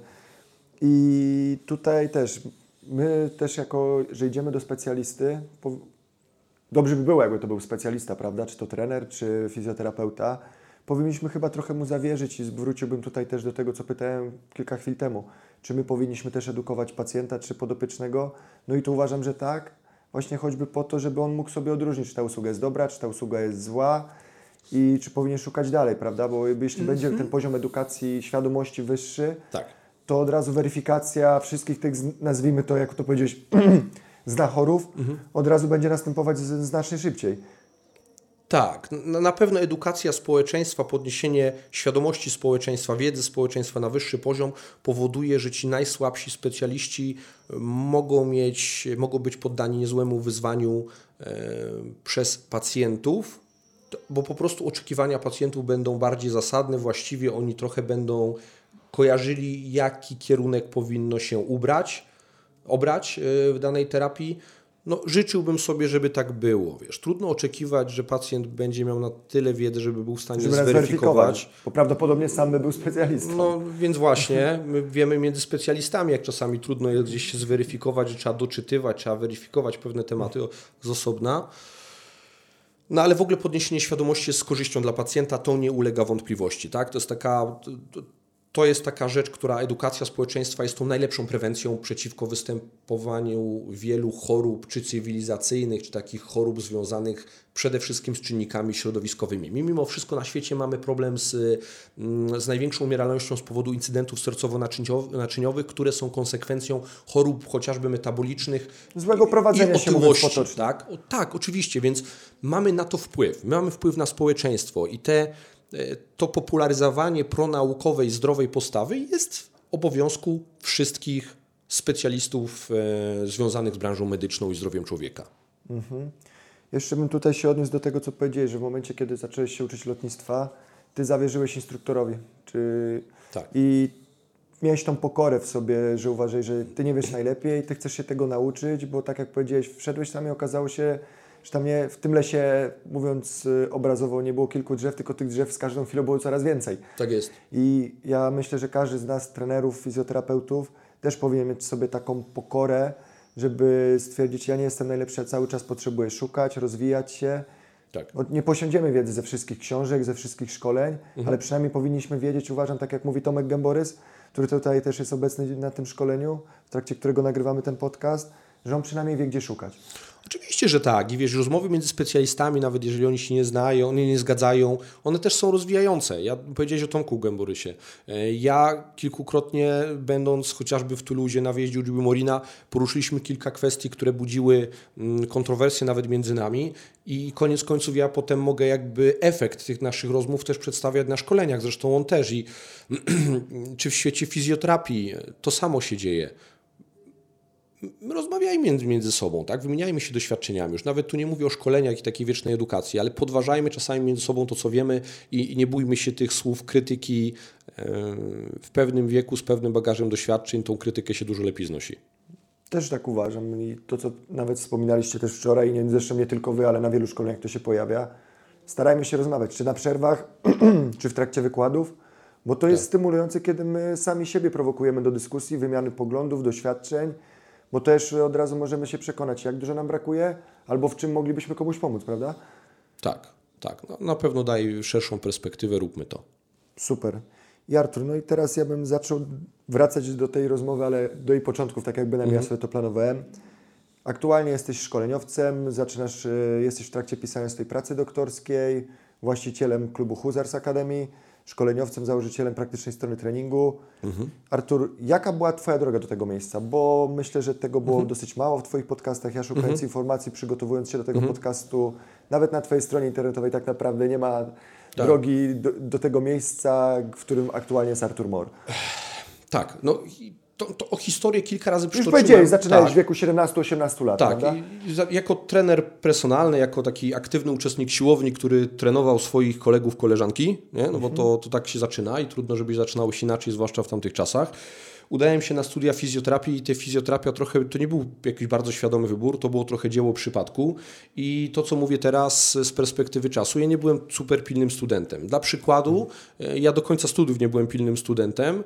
I tutaj też, my też jako, że idziemy do specjalisty, po, dobrze by było, jakby to był specjalista, prawda, czy to trener, czy fizjoterapeuta, powinniśmy chyba trochę mu zawierzyć i wróciłbym tutaj też do tego, co pytałem kilka chwil temu. Czy my powinniśmy też edukować pacjenta, czy podopiecznego? No i tu uważam, że tak, właśnie choćby po to, żeby on mógł sobie odróżnić, czy ta usługa jest dobra, czy ta usługa jest zła i czy powinien szukać dalej, prawda? Bo jeśli mm-hmm. będzie ten poziom edukacji, świadomości wyższy, tak. to od razu weryfikacja wszystkich tych, nazwijmy to, jak to powiedziałeś, znachorów, mm-hmm. od razu będzie następować znacznie szybciej. Tak, na pewno edukacja społeczeństwa, podniesienie świadomości społeczeństwa, wiedzy społeczeństwa na wyższy poziom powoduje, że ci najsłabsi specjaliści mogą mieć, mogą być poddani niezłemu wyzwaniu e, przez pacjentów, bo po prostu oczekiwania pacjentów będą bardziej zasadne, właściwie oni trochę będą kojarzyli, jaki kierunek powinno się ubrać, obrać w danej terapii. No, życzyłbym sobie, żeby tak było. Wiesz, trudno oczekiwać, że pacjent będzie miał na tyle wiedzy, żeby był w stanie żeby zweryfikować. Bo prawdopodobnie sam by był specjalistą. No więc właśnie, my wiemy między specjalistami, jak czasami trudno jest gdzieś się zweryfikować, że trzeba doczytywać, trzeba weryfikować pewne tematy z osobna. No ale w ogóle podniesienie świadomości jest z korzyścią dla pacjenta, to nie ulega wątpliwości. Tak? To jest taka... To, To jest taka rzecz, która edukacja społeczeństwa jest tą najlepszą prewencją przeciwko występowaniu wielu chorób, czy cywilizacyjnych, czy takich chorób związanych przede wszystkim z czynnikami środowiskowymi. My mimo wszystko na świecie mamy problem z, z największą umieralnością z powodu incydentów sercowo-naczyniowych, które są konsekwencją chorób chociażby metabolicznych. Złego prowadzenia i się, mówiąc potocznie. Tak? O, tak, oczywiście, więc mamy na to wpływ. My mamy wpływ na społeczeństwo i te to popularyzowanie pronaukowej, zdrowej postawy jest w obowiązku wszystkich specjalistów e, związanych z branżą medyczną i zdrowiem człowieka. Mhm. Jeszcze bym tutaj się odniósł do tego, co powiedziałeś, że w momencie, kiedy zacząłeś się uczyć lotnictwa, ty zawierzyłeś instruktorowi. Czy... Tak. I miałeś tą pokorę w sobie, że uważaj, że ty nie wiesz najlepiej, ty chcesz się tego nauczyć, bo tak jak powiedziałeś, wszedłeś tam i okazało się, że tam nie, w tym lesie, mówiąc obrazowo, nie było kilku drzew, tylko tych drzew z każdą chwilą było coraz więcej. Tak jest. I ja myślę, że każdy z nas, trenerów, fizjoterapeutów, też powinien mieć sobie taką pokorę, żeby stwierdzić, ja nie jestem najlepszy, ja cały czas potrzebuję szukać, rozwijać się. Tak. Nie posiądziemy wiedzy ze wszystkich książek, ze wszystkich szkoleń, mhm. ale przynajmniej powinniśmy wiedzieć, uważam, tak jak mówi Tomek Gęborys, który tutaj też jest obecny na tym szkoleniu, w trakcie którego nagrywamy ten podcast, że on przynajmniej wie, gdzie szukać. Oczywiście, że tak. I wiesz, rozmowy między specjalistami, nawet jeżeli oni się nie znają, oni nie zgadzają, one też są rozwijające. Ja powiedziałeś o Tomku Gęborysie. Ja kilkukrotnie, będąc chociażby w Toulouse na wyjeździe u Jimmy Morina, poruszyliśmy kilka kwestii, które budziły kontrowersje nawet między nami i koniec końców ja potem mogę jakby efekt tych naszych rozmów też przedstawiać na szkoleniach. Zresztą on też. I czy w świecie fizjoterapii to samo się dzieje. Rozmawiajmy między, między sobą, tak? Wymieniajmy się doświadczeniami. Już nawet tu nie mówię o szkoleniach i takiej wiecznej edukacji, ale podważajmy czasami między sobą to, co wiemy i, i nie bójmy się tych słów krytyki. Yy, w pewnym wieku, z pewnym bagażem doświadczeń tą krytykę się dużo lepiej znosi. Też tak uważam i to, co nawet wspominaliście też wczoraj, nie, zresztą nie tylko wy, ale na wielu szkoleniach to się pojawia. Starajmy się rozmawiać, czy na przerwach, czy w trakcie wykładów, bo to jest Tak. stymulujące, kiedy my sami siebie prowokujemy do dyskusji, wymiany poglądów, doświadczeń, bo też od razu możemy się przekonać, jak dużo nam brakuje, albo w czym moglibyśmy komuś pomóc, prawda? Tak, tak. No, na pewno daje szerszą perspektywę, róbmy to. Super. I Artur, no i teraz ja bym zaczął wracać do tej rozmowy, ale do jej początków, tak jakby mhm. ja sobie to planowałem. Aktualnie jesteś szkoleniowcem, zaczynasz, jesteś w trakcie pisania swojej pracy doktorskiej, właścicielem klubu Hussars Academy, szkoleniowcem, założycielem praktycznej strony treningu. Mhm. Artur, jaka była Twoja droga do tego miejsca? Bo myślę, że tego było mhm. dosyć mało w Twoich podcastach. Ja szukając mhm. informacji, przygotowując się do tego mhm. podcastu, nawet na Twojej stronie internetowej tak naprawdę nie ma tak. drogi do, do tego miejsca, w którym aktualnie jest Artur Mor. Tak, no to, to o historię kilka razy przytoczyłem. Już powiedziałeś, zaczynałeś tak. w wieku siedemnastu osiemnastu lat, tak, prawda? I za, jako trener personalny, jako taki aktywny uczestnik siłowni, który trenował swoich kolegów, koleżanki, nie? No bo to, to tak się zaczyna i trudno, żeby zaczynało się inaczej, zwłaszcza w tamtych czasach. Udałem się na studia fizjoterapii i ta fizjoterapia trochę, to nie był jakiś bardzo świadomy wybór, to było trochę dzieło przypadku i to, co mówię teraz z perspektywy czasu, ja nie byłem super pilnym studentem. Dla przykładu, ja do końca studiów nie byłem pilnym studentem.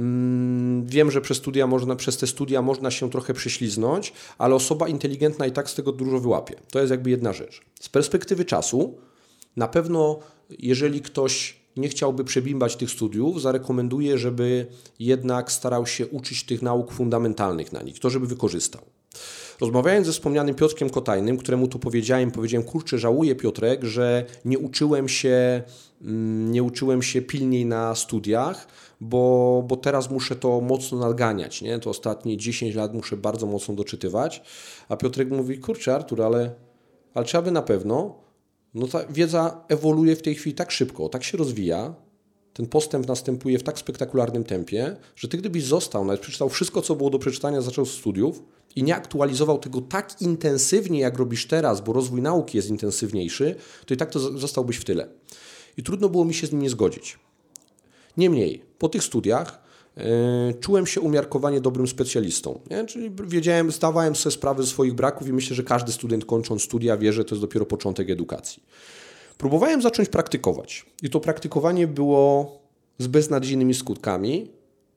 Wiem, że przez studia można, przez te studia można się trochę prześliznąć, ale osoba inteligentna i tak z tego dużo wyłapie. To jest jakby jedna rzecz. Z perspektywy czasu, na pewno jeżeli ktoś nie chciałby przebimbać tych studiów, zarekomenduję, żeby jednak starał się uczyć tych nauk fundamentalnych na nich, to żeby wykorzystał. Rozmawiając ze wspomnianym Piotrkiem Kotajnym, któremu to powiedziałem, powiedziałem, kurczę, żałuję Piotrek, że nie uczyłem się, nie uczyłem się pilniej na studiach, bo, bo teraz muszę to mocno nadganiać, nie? To ostatnie dziesięć lat muszę bardzo mocno doczytywać, a Piotrek mówi, kurczę Artur, ale, ale trzeba by na pewno. No ta wiedza ewoluuje w tej chwili tak szybko, tak się rozwija, ten postęp następuje w tak spektakularnym tempie, że ty gdybyś został, nawet przeczytał wszystko, co było do przeczytania, zaczął z studiów i nie aktualizował tego tak intensywnie, jak robisz teraz, bo rozwój nauki jest intensywniejszy, to i tak to zostałbyś w tyle. I trudno było mi się z nim nie zgodzić. Niemniej, po tych studiach yy, czułem się umiarkowanie dobrym specjalistą. Nie? Czyli wiedziałem, zdawałem sobie sprawę ze swoich braków i myślę, że każdy student kończąc studia wie, że to jest dopiero początek edukacji. Próbowałem zacząć praktykować i to praktykowanie było z beznadziejnymi skutkami.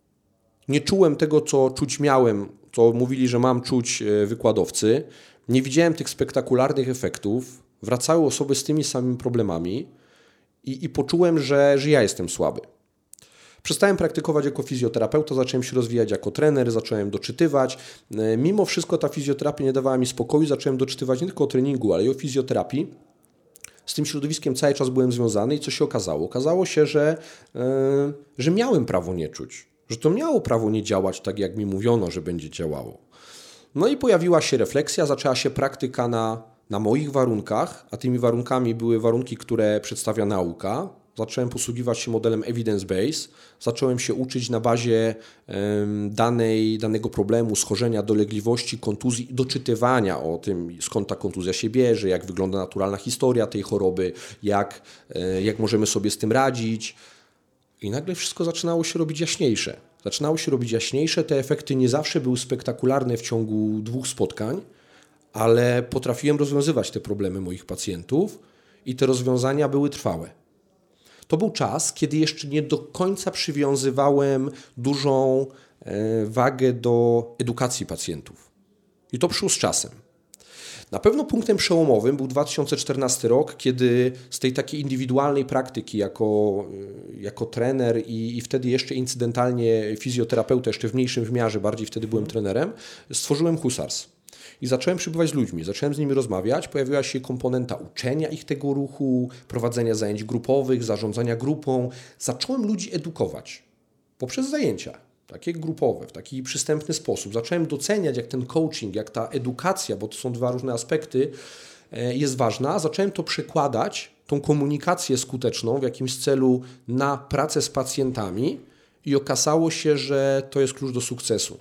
Nie czułem tego, co czuć miałem, co mówili, że mam czuć wykładowcy. Nie widziałem tych spektakularnych efektów. Wracały osoby z tymi samymi problemami i, i poczułem, że, że ja jestem słaby. Przestałem praktykować jako fizjoterapeuta, zacząłem się rozwijać jako trener, zacząłem doczytywać. Mimo wszystko ta fizjoterapia nie dawała mi spokoju, zacząłem doczytywać nie tylko o treningu, ale i o fizjoterapii. Z tym środowiskiem cały czas byłem związany i co się okazało? Okazało się, że, yy, że miałem prawo nie czuć, że to miało prawo nie działać tak, jak mi mówiono, że będzie działało. No i pojawiła się refleksja, zaczęła się praktyka na, na moich warunkach, a tymi warunkami były warunki, które przedstawia nauka. Zacząłem posługiwać się modelem evidence-based, zacząłem się uczyć na bazie um, danej, danego problemu, schorzenia, dolegliwości, kontuzji i doczytywania o tym, skąd ta kontuzja się bierze, jak wygląda naturalna historia tej choroby, jak, e, jak możemy sobie z tym radzić. I nagle wszystko zaczynało się robić jaśniejsze. Zaczynało się robić jaśniejsze, te efekty nie zawsze były spektakularne w ciągu dwóch spotkań, ale potrafiłem rozwiązywać te problemy moich pacjentów i te rozwiązania były trwałe. To był czas, kiedy jeszcze nie do końca przywiązywałem dużą wagę do edukacji pacjentów. I to przyszło z czasem. Na pewno punktem przełomowym był dwa tysiące czternasty rok, kiedy z tej takiej indywidualnej praktyki jako, jako trener i, i wtedy jeszcze incydentalnie fizjoterapeuta, jeszcze w mniejszym wymiarze, bardziej wtedy byłem trenerem, stworzyłem Hussars. I zacząłem przybywać z ludźmi, zacząłem z nimi rozmawiać, pojawiła się komponenta uczenia ich tego ruchu, prowadzenia zajęć grupowych, zarządzania grupą. Zacząłem ludzi edukować poprzez zajęcia, takie grupowe, w taki przystępny sposób. Zacząłem doceniać, jak ten coaching, jak ta edukacja, bo to są dwa różne aspekty, jest ważna. Zacząłem to przekładać, tą komunikację skuteczną w jakimś celu na pracę z pacjentami i okazało się, że to jest klucz do sukcesu.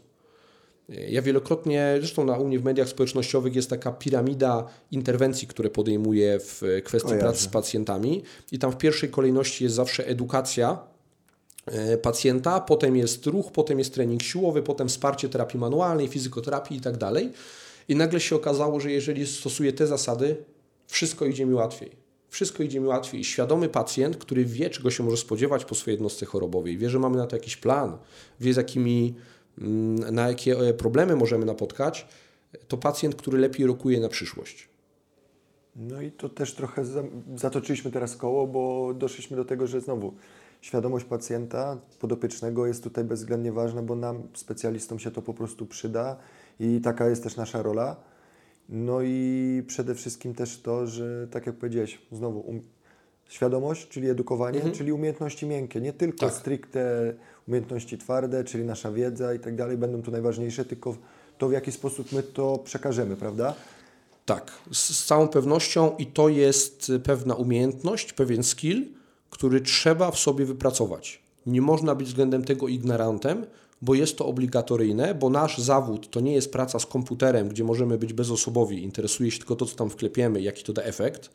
Ja wielokrotnie, zresztą na u mnie w mediach społecznościowych jest taka piramida interwencji, które podejmuję w kwestii pracy z pacjentami i tam w pierwszej kolejności jest zawsze edukacja, pacjenta, potem jest ruch, potem jest trening siłowy, potem wsparcie terapii manualnej, fizykoterapii i tak dalej. I nagle się okazało, że jeżeli stosuję te zasady, wszystko idzie mi łatwiej. Wszystko idzie mi łatwiej. Świadomy pacjent, który wie, czego się może spodziewać po swojej jednostce chorobowej, wie, że mamy na to jakiś plan, wie, z jakimi, na jakie problemy możemy napotkać, to pacjent, który lepiej rokuje na przyszłość. No i to też trochę zatoczyliśmy teraz koło, bo doszliśmy do tego, że znowu świadomość pacjenta podopiecznego jest tutaj bezwzględnie ważna, bo nam, specjalistom, się to po prostu przyda i taka jest też nasza rola. No i przede wszystkim też to, że tak jak powiedziałeś, znowu um, świadomość, czyli edukowanie, mhm. czyli umiejętności miękkie, nie tylko tak. stricte umiejętności twarde, czyli nasza wiedza i tak dalej będą tu najważniejsze, tylko to, w jaki sposób my to przekażemy, prawda? Tak, z, z całą pewnością i to jest pewna umiejętność, pewien skill, który trzeba w sobie wypracować. Nie można być względem tego ignorantem, bo jest to obligatoryjne, bo nasz zawód to nie jest praca z komputerem, gdzie możemy być bezosobowi, interesuje się tylko to, co tam wklepiemy, jaki to da efekt.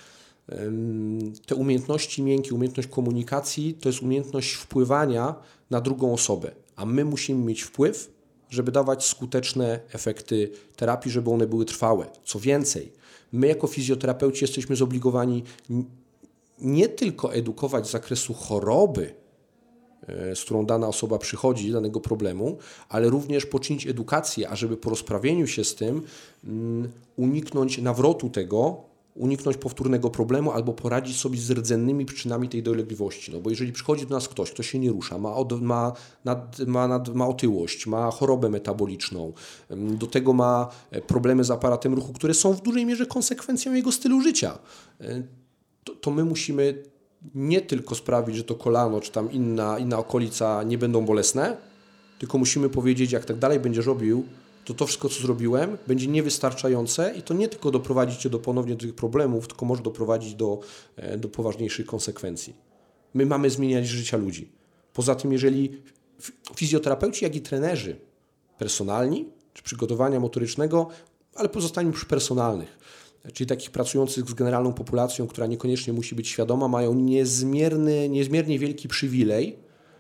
Te umiejętności miękkie, umiejętność komunikacji to jest umiejętność wpływania na drugą osobę, a my musimy mieć wpływ, żeby dawać skuteczne efekty terapii, żeby one były trwałe. Co więcej, my jako fizjoterapeuci jesteśmy zobligowani nie tylko edukować z zakresu choroby, z którą dana osoba przychodzi, danego problemu, ale również poczynić edukację, ażeby po rozprawieniu się z tym um, uniknąć nawrotu tego, uniknąć powtórnego problemu albo poradzić sobie z rdzennymi przyczynami tej dolegliwości. No bo jeżeli przychodzi do nas ktoś, kto się nie rusza, ma, od, ma, nad, ma, nad, ma otyłość, ma chorobę metaboliczną, do tego ma problemy z aparatem ruchu, które są w dużej mierze konsekwencją jego stylu życia, to, to my musimy nie tylko sprawić, że to kolano czy tam inna, inna okolica nie będą bolesne, tylko musimy powiedzieć, jak tak dalej będziesz robił, to to wszystko, co zrobiłem, będzie niewystarczające i to nie tylko doprowadzi cię do ponownie do tych problemów, tylko może doprowadzić do, do poważniejszych konsekwencji. My mamy zmieniać życia ludzi. Poza tym, jeżeli fizjoterapeuci, jak i trenerzy personalni, czy przygotowania motorycznego, ale pozostańmy przy personalnych, czyli takich pracujących z generalną populacją, która niekoniecznie musi być świadoma, mają niezmierny, niezmiernie wielki przywilej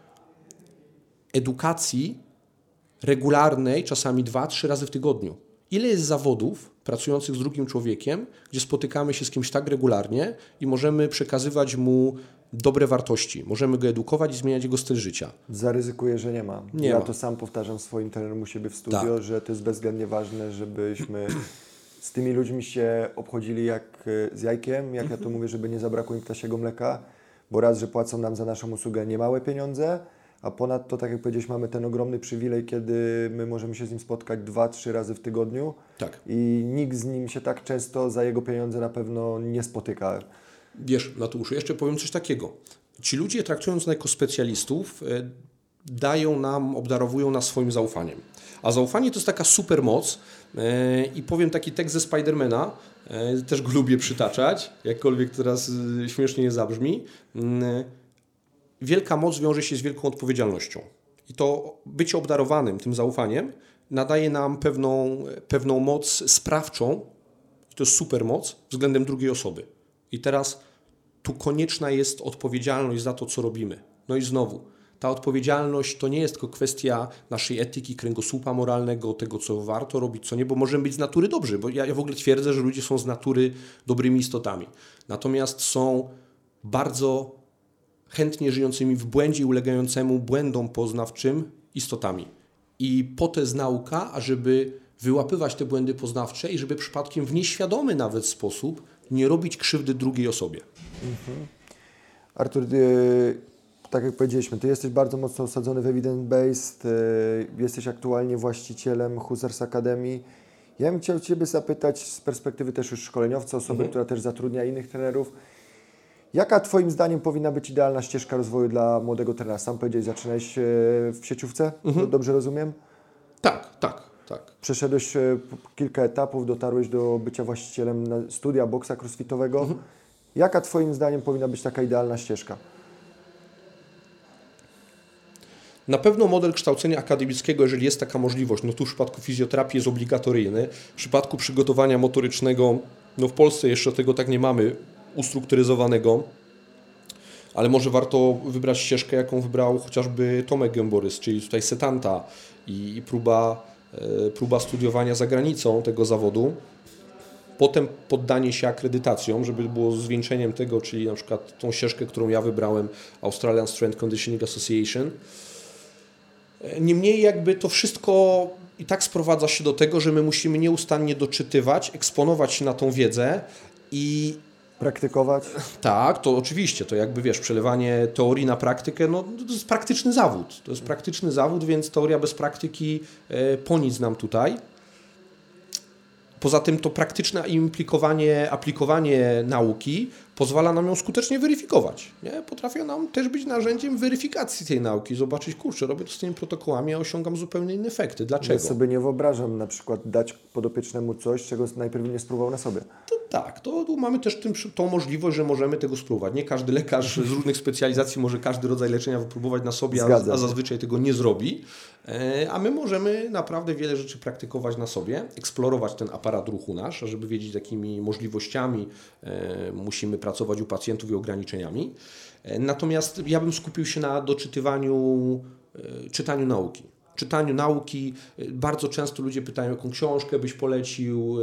edukacji regularnej, czasami dwa, trzy razy w tygodniu. Ile jest zawodów pracujących z drugim człowiekiem, gdzie spotykamy się z kimś tak regularnie i możemy przekazywać mu dobre wartości, możemy go edukować i zmieniać jego styl życia. Zaryzykuję, że nie ma. Nie ja ma. to sam powtarzam swoim trenerom u siebie w studio, tak. że to jest bezwzględnie ważne, żebyśmy z tymi ludźmi się obchodzili jak z jajkiem, jak ja to mówię, żeby nie zabrakło im ptasiego mleka, bo raz, że płacą nam za naszą usługę niemałe pieniądze, a ponadto, tak jak powiedziałeś, mamy ten ogromny przywilej, kiedy my możemy się z nim spotkać dwa, trzy razy w tygodniu tak. i nikt z nim się tak często za jego pieniądze na pewno nie spotyka. Wiesz, Mateuszu, jeszcze powiem coś takiego. Ci ludzie, traktując nas jako specjalistów, dają nam, obdarowują nas swoim zaufaniem. A zaufanie to jest taka supermoc i powiem taki tekst ze Spidermana, też go lubię przytaczać, jakkolwiek teraz śmiesznie nie zabrzmi. Wielka moc wiąże się z wielką odpowiedzialnością. I to bycie obdarowanym tym zaufaniem nadaje nam pewną, pewną moc sprawczą, i to jest supermoc względem drugiej osoby. I teraz tu konieczna jest odpowiedzialność za to, co robimy. No i znowu, ta odpowiedzialność to nie jest tylko kwestia naszej etyki, kręgosłupa moralnego, tego, co warto robić, co nie, bo możemy być z natury dobrzy, bo ja, ja w ogóle twierdzę, że ludzie są z natury dobrymi istotami. Natomiast są bardzo chętnie żyjącymi w błędzie i ulegającemu błędom poznawczym istotami. I po to jest nauka, ażeby wyłapywać te błędy poznawcze i żeby przypadkiem w nieświadomy nawet sposób nie robić krzywdy drugiej osobie. Mhm. Artur, ty, tak jak powiedzieliśmy, ty jesteś bardzo mocno osadzony w evidence-based, jesteś aktualnie właścicielem Hussars Academy. Ja bym chciał Ciebie zapytać z perspektywy też już szkoleniowca, osoby, mhm. która też zatrudnia innych trenerów, jaka Twoim zdaniem powinna być idealna ścieżka rozwoju dla młodego trenera? Sam powiedziałeś, zaczynałeś w sieciówce, mhm. dobrze rozumiem? Tak, tak, tak. Przeszedłeś kilka etapów, dotarłeś do bycia właścicielem studia boksa crossfitowego. Mhm. Jaka Twoim zdaniem powinna być taka idealna ścieżka? Na pewno model kształcenia akademickiego, jeżeli jest taka możliwość, no tu w przypadku fizjoterapii jest obligatoryjny, w przypadku przygotowania motorycznego, no w Polsce jeszcze tego tak nie mamy ustrukturyzowanego, Ale może warto wybrać ścieżkę, jaką wybrał chociażby Tomek Gęborys, czyli tutaj setanta i, i próba, e, próba studiowania za granicą tego zawodu. Potem poddanie się akredytacjom, żeby było zwieńczeniem tego, czyli na przykład tą ścieżkę, którą ja wybrałem, Australian Strength Conditioning Association. Niemniej jakby to wszystko i tak sprowadza się do tego, że my musimy nieustannie doczytywać, eksponować się na tą wiedzę i praktykować? Tak, to oczywiście, to jakby wiesz, przelewanie teorii na praktykę, no to jest praktyczny zawód. To jest praktyczny zawód, więc teoria bez praktyki e, po nic nam tutaj. Poza tym to praktyczne implikowanie, aplikowanie nauki pozwala nam ją skutecznie weryfikować. Nie? Potrafią nam też być narzędziem weryfikacji tej nauki. Zobaczyć, kurczę, robię to z tymi protokołami, a osiągam zupełnie inne efekty. Dlaczego? Ja sobie nie wyobrażam na przykład dać podopiecznemu coś, czego najpierw nie spróbował na sobie. To tak, to tu mamy też tym, tą możliwość, że możemy tego spróbować. Nie każdy lekarz z różnych specjalizacji może każdy rodzaj leczenia wypróbować na sobie, a, a zazwyczaj tego nie zrobi. E, a my możemy naprawdę wiele rzeczy praktykować na sobie, eksplorować ten aparat ruchu nasz, żeby wiedzieć, z jakimi możliwościami e, musimy pracować u pacjentów i ograniczeniami. E, natomiast ja bym skupił się na doczytywaniu, e, czytaniu nauki. Czytaniu nauki. Bardzo często ludzie pytają, jaką książkę byś polecił.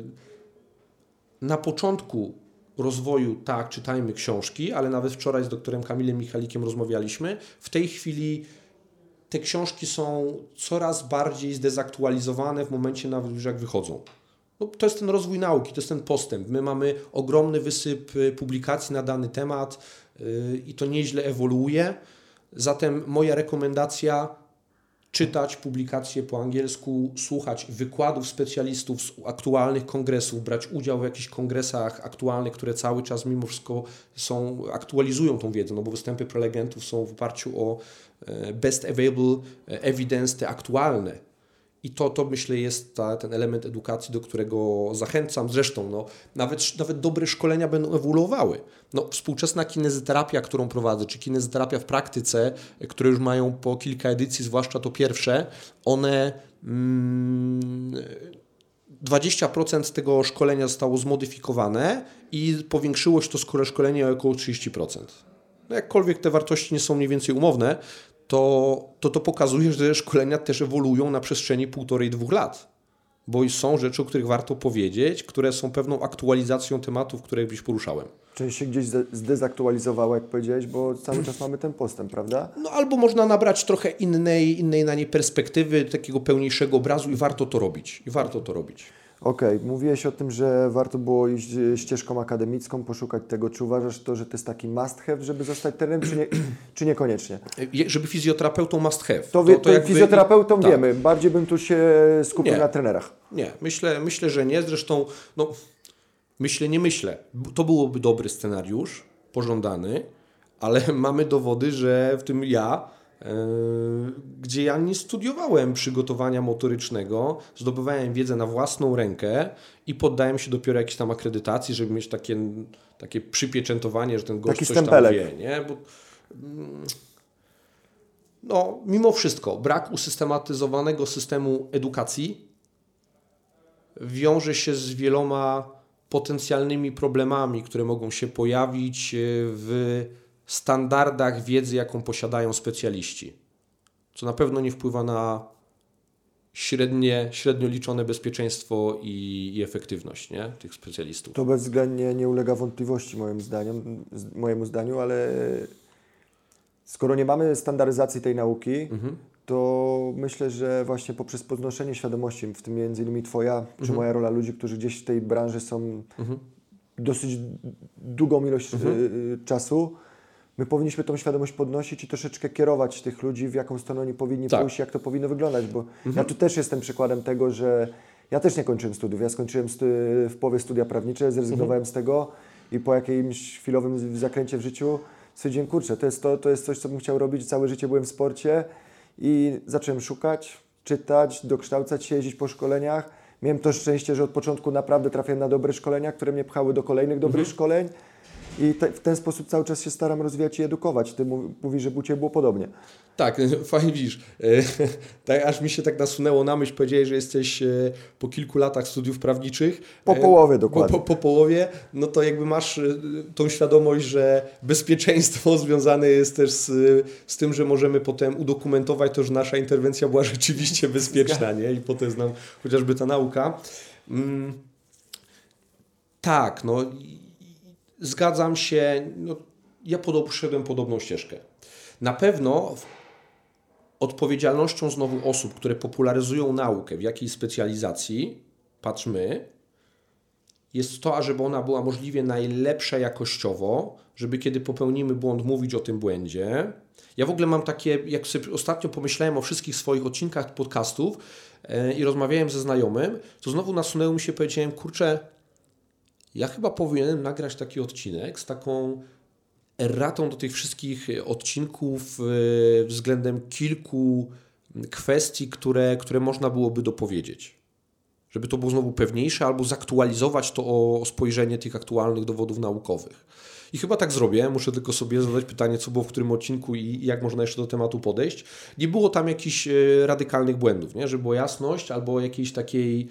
Na początku rozwoju tak, czytajmy książki, ale nawet wczoraj z doktorem Kamilem Michalikiem rozmawialiśmy. W tej chwili te książki są coraz bardziej zdezaktualizowane w momencie nawet już jak wychodzą. No, to jest ten rozwój nauki, to jest ten postęp. My mamy ogromny wysyp publikacji na dany temat yy, i to nieźle ewoluuje. Zatem moja rekomendacja: czytać publikacje po angielsku, słuchać wykładów specjalistów z aktualnych kongresów, brać udział w jakichś kongresach aktualnych, które cały czas mimo wszystko są, aktualizują tą wiedzę, no bo występy prelegentów są w oparciu o best available evidence, te aktualne. I to, to myślę jest ta, ten element edukacji, do którego zachęcam. Zresztą no, nawet, nawet dobre szkolenia będą ewoluowały. No, współczesna kinezyterapia, którą prowadzę, czy kinezyterapia w praktyce, które już mają po kilka edycji, zwłaszcza to pierwsze, one mm, dwadzieścia procent tego szkolenia zostało zmodyfikowane i powiększyło się to skoro szkolenie o około trzydzieści procent. No, jakkolwiek te wartości nie są mniej więcej umowne, to, to to pokazuje, że szkolenia też ewoluują na przestrzeni półtorej, dwóch lat. Bo są rzeczy, o których warto powiedzieć, które są pewną aktualizacją tematów, które gdzieś poruszałem. Część się gdzieś zdezaktualizowało, jak powiedziałeś, bo cały czas mamy ten postęp, prawda? No albo można nabrać trochę innej, innej na nie perspektywy, takiego pełniejszego obrazu i warto to robić. I warto to robić. Okej, okay. Mówiłeś o tym, że warto było iść ścieżką akademicką, poszukać tego. Czy uważasz to, że to jest taki must have, żeby zostać trenerem, czy, nie, czy niekoniecznie? Je, żeby fizjoterapeutą must have. To, to, to jakby... fizjoterapeutą tak. wiemy, bardziej bym tu się skupił nie. na trenerach. Nie, myślę, myślę, że nie. Zresztą, no, myślę, nie myślę. To byłoby dobry scenariusz, pożądany, ale mamy dowody, że w tym ja... gdzie ja nie studiowałem przygotowania motorycznego, zdobywałem wiedzę na własną rękę i poddałem się dopiero jakiejś tam akredytacji, żeby mieć takie, takie przypieczętowanie, że ten gość Taki coś stempelek. tam wie. Nie? Bo, no, mimo wszystko, brak usystematyzowanego systemu edukacji wiąże się z wieloma potencjalnymi problemami, które mogą się pojawić w standardach wiedzy, jaką posiadają specjaliści, co na pewno nie wpływa na średnie, średnio liczone bezpieczeństwo i, i efektywność, nie, tych specjalistów. To bezwzględnie nie ulega wątpliwości moim zdaniem, mojemu zdaniu, ale skoro nie mamy standaryzacji tej nauki, mhm. to myślę, że właśnie poprzez podnoszenie świadomości, w tym między innymi Twoja mhm. czy moja rola, ludzi, którzy gdzieś w tej branży są mhm. dosyć długą ilość mhm. y, czasu, my powinniśmy tą świadomość podnosić i troszeczkę kierować tych ludzi, w jaką stronę oni powinni tak. pójść, jak to powinno wyglądać, bo mhm. ja tu też jestem przykładem tego, że ja też nie kończyłem studiów. Ja skończyłem stu- w połowie studia prawnicze, zrezygnowałem mhm. z tego i po jakimś chwilowym zakręcie w życiu stwierdziłem, kurczę, to jest, to, to jest coś, co bym chciał robić. Całe życie byłem w sporcie i zacząłem szukać, czytać, dokształcać się, jeździć po szkoleniach. Miałem to szczęście, że od początku naprawdę trafiłem na dobre szkolenia, które mnie pchały do kolejnych dobrych mhm. szkoleń. i te, w ten sposób cały czas się staram rozwijać i edukować. Ty mówisz, że u Ciebie było podobnie. Tak, fajnie widzisz. Tak, aż mi się tak nasunęło na myśl, powiedziałeś, że jesteś po kilku latach studiów prawniczych. Po połowie dokładnie. Po, po, po połowie, no to jakby masz tą świadomość, że bezpieczeństwo związane jest też z, z tym, że możemy potem udokumentować to, że nasza interwencja była rzeczywiście bezpieczna, nie? I potem znam chociażby ta nauka. Mm, tak, no zgadzam się. No, ja poszedłem podobną ścieżkę. Na pewno odpowiedzialnością znowu osób, które popularyzują naukę w jakiejś specjalizacji, patrzmy, jest to, ażeby ona była możliwie najlepsza jakościowo, żeby kiedy popełnimy błąd, mówić o tym błędzie. Ja w ogóle mam takie, jak sobie ostatnio pomyślałem o wszystkich swoich odcinkach podcastów yy, i rozmawiałem ze znajomym, to znowu nasunęło mi się, powiedziałem, kurczę, ja chyba powinienem nagrać taki odcinek z taką erratą do tych wszystkich odcinków yy, względem kilku kwestii, które, które można byłoby dopowiedzieć. Żeby to było znowu pewniejsze, albo zaktualizować to o, o spojrzenie tych aktualnych dowodów naukowych. I chyba tak zrobię. Muszę tylko sobie zadać pytanie, co było w którym odcinku i, i jak można jeszcze do tematu podejść. Nie było tam jakichś yy, radykalnych błędów, nie? Żeby była jasność albo jakiejś takiej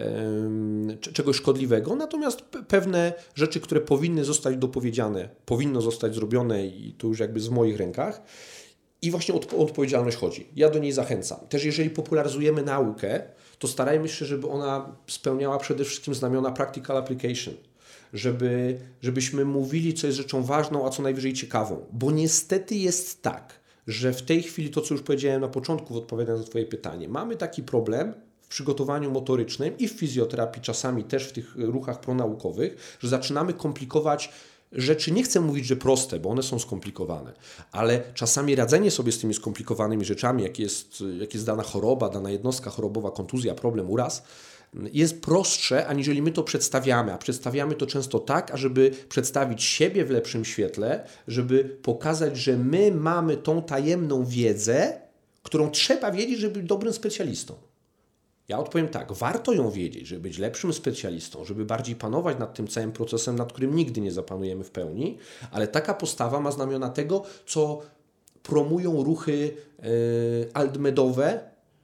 czegoś szkodliwego, natomiast pewne rzeczy, które powinny zostać dopowiedziane, powinno zostać zrobione i to już jakby w moich rękach i właśnie o odpowiedzialność chodzi. Ja do niej zachęcam. Też jeżeli popularyzujemy naukę, to starajmy się, żeby ona spełniała przede wszystkim znamiona practical application, żeby, żebyśmy mówili, co jest rzeczą ważną, a co najwyżej ciekawą, bo niestety jest tak, że w tej chwili to, co już powiedziałem na początku, odpowiadając na Twoje pytanie, mamy taki problem w przygotowaniu motorycznym i w fizjoterapii, czasami też w tych ruchach pronaukowych, że zaczynamy komplikować rzeczy, nie chcę mówić, że proste, bo one są skomplikowane, ale czasami radzenie sobie z tymi skomplikowanymi rzeczami, jak jest, jak jest dana choroba, dana jednostka chorobowa, kontuzja, problem, uraz, jest prostsze, aniżeli my to przedstawiamy, a przedstawiamy to często tak, ażeby przedstawić siebie w lepszym świetle, żeby pokazać, że my mamy tą tajemną wiedzę, którą trzeba wiedzieć, żeby być dobrym specjalistą. Ja odpowiem tak, warto ją wiedzieć, żeby być lepszym specjalistą, żeby bardziej panować nad tym całym procesem, nad którym nigdy nie zapanujemy w pełni, ale taka postawa ma znamiona tego, co promują ruchy yy, altmedowe,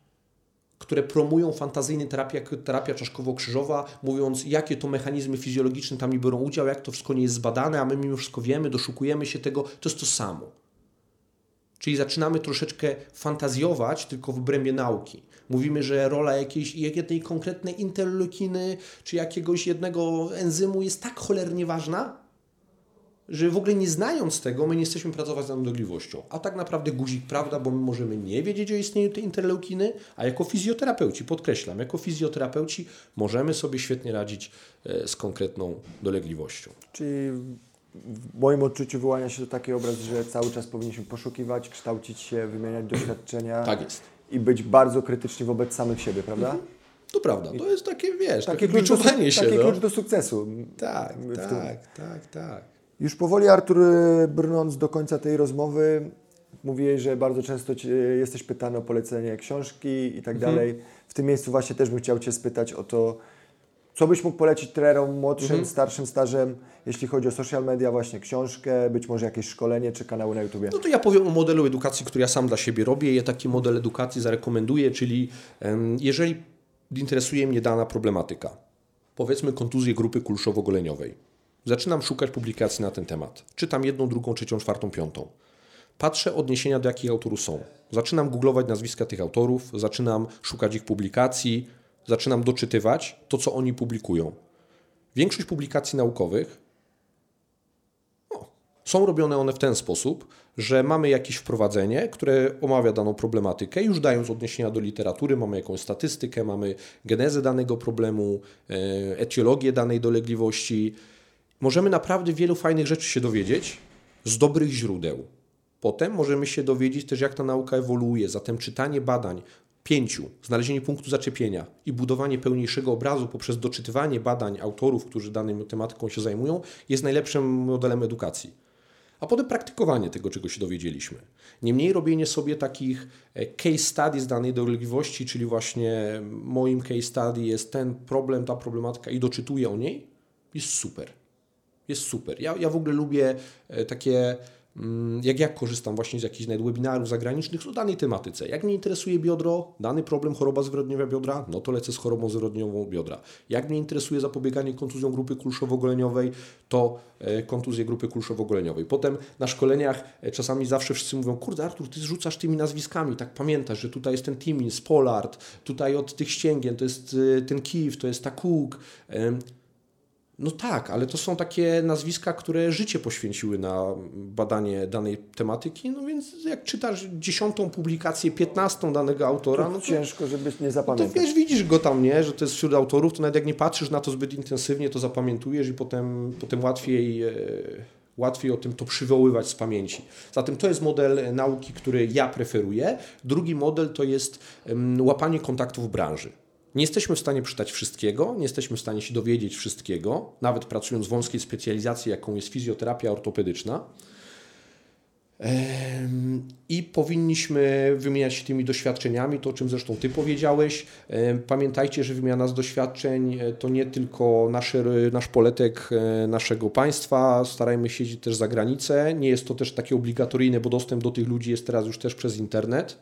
które promują fantazyjnie terapię, terapia czaszkowo-krzyżowa, mówiąc, jakie to mechanizmy fizjologiczne tam nie biorą udział, jak to wszystko nie jest zbadane, a my mimo wszystko wiemy, doszukujemy się tego, to jest to samo. Czyli zaczynamy troszeczkę fantazjować tylko w obrębie nauki. Mówimy, że rola jakiejś jednej konkretnej interleukiny czy jakiegoś jednego enzymu jest tak cholernie ważna, że w ogóle nie znając tego, my nie jesteśmy pracować nad nadlegliwością. A tak naprawdę guzik, prawda, bo my możemy nie wiedzieć o istnieniu tej interleukiny, a jako fizjoterapeuci, podkreślam, jako fizjoterapeuci możemy sobie świetnie radzić z konkretną dolegliwością. Czyli w moim odczuciu wyłania się to taki obraz, że cały czas powinniśmy poszukiwać, kształcić się, wymieniać doświadczenia. Tak jest. I być bardzo krytyczni wobec samych siebie, prawda? Mhm. To prawda, to jest takie, wiesz, takie takie biczowanie się. Taki no. klucz do sukcesu. Tak, tak, tak, tak. Już powoli, Artur, brnąc do końca tej rozmowy, mówiłeś, że bardzo często ci, jesteś pytany o polecenie książki i tak mhm. dalej. W tym miejscu właśnie też bym chciał Cię spytać o to, co byś mógł polecić trenerom młodszym, mhm. starszym stażem, jeśli chodzi o social media, właśnie książkę, być może jakieś szkolenie czy kanały na YouTubie? No to ja powiem o modelu edukacji, który ja sam dla siebie robię. Ja taki model edukacji zarekomenduję, czyli um, jeżeli interesuje mnie dana problematyka, powiedzmy kontuzję grupy kulszowo-goleniowej, zaczynam szukać publikacji na ten temat. Czytam jedną, drugą, trzecią, czwartą, piątą. Patrzę odniesienia, do jakich autorów są. Zaczynam googlować nazwiska tych autorów, zaczynam szukać ich publikacji, zaczynam doczytywać to, co oni publikują. Większość publikacji naukowych no, są robione one w ten sposób, że mamy jakieś wprowadzenie, które omawia daną problematykę, już dając odniesienia do literatury, mamy jakąś statystykę, mamy genezę danego problemu, etiologię danej dolegliwości. Możemy naprawdę wielu fajnych rzeczy się dowiedzieć z dobrych źródeł. Potem możemy się dowiedzieć też, jak ta nauka ewoluuje, zatem czytanie badań, pięciu, znalezienie punktu zaczepienia i budowanie pełniejszego obrazu poprzez doczytywanie badań autorów, którzy daną tematyką się zajmują, jest najlepszym modelem edukacji. A potem praktykowanie tego, czego się dowiedzieliśmy. Niemniej robienie sobie takich case studies danej dolegliwości, czyli właśnie moim case study jest ten problem, ta problematyka i doczytuję o niej, jest super. jest super. Ja, ja w ogóle lubię takie, jak ja korzystam właśnie z jakichś nawet webinarów zagranicznych o danej tematyce. Jak mnie interesuje biodro, dany problem, choroba zwyrodnieniowa biodra, no to lecę z chorobą zwyrodnieniową biodra. Jak mnie interesuje zapobieganie kontuzjom grupy kulszowo-goleniowej, to kontuzje grupy kulszowo-goleniowej. Potem na szkoleniach czasami zawsze wszyscy mówią, kurde Artur, ty zrzucasz tymi nazwiskami, tak pamiętasz, że tutaj jest ten Timmins, Pollard, tutaj od tych ścięgien to jest ten Kiev, to jest ta Cook. No tak, ale to są takie nazwiska, które życie poświęciły na badanie danej tematyki, no więc jak czytasz dziesiątą publikację, piętnastą danego autora, to no to ciężko, żebyś nie no zapamiętał. to wiesz, widzisz go tam, nie, że to jest wśród autorów, to nawet jak nie patrzysz na to zbyt intensywnie, to zapamiętujesz i potem, potem łatwiej, e, łatwiej o tym to przywoływać z pamięci. Zatem to jest model nauki, który ja preferuję. Drugi model to jest um, łapanie kontaktów w branży. Nie jesteśmy w stanie przeczytać wszystkiego, nie jesteśmy w stanie się dowiedzieć wszystkiego, nawet pracując w wąskiej specjalizacji, jaką jest fizjoterapia ortopedyczna. I powinniśmy wymieniać się tymi doświadczeniami, to o czym zresztą Ty powiedziałeś. Pamiętajcie, że wymiana z doświadczeń to nie tylko nasze, nasz poletek naszego państwa, starajmy się siedzieć też za granicę. Nie jest to też takie obligatoryjne, bo dostęp do tych ludzi jest teraz już też przez internet.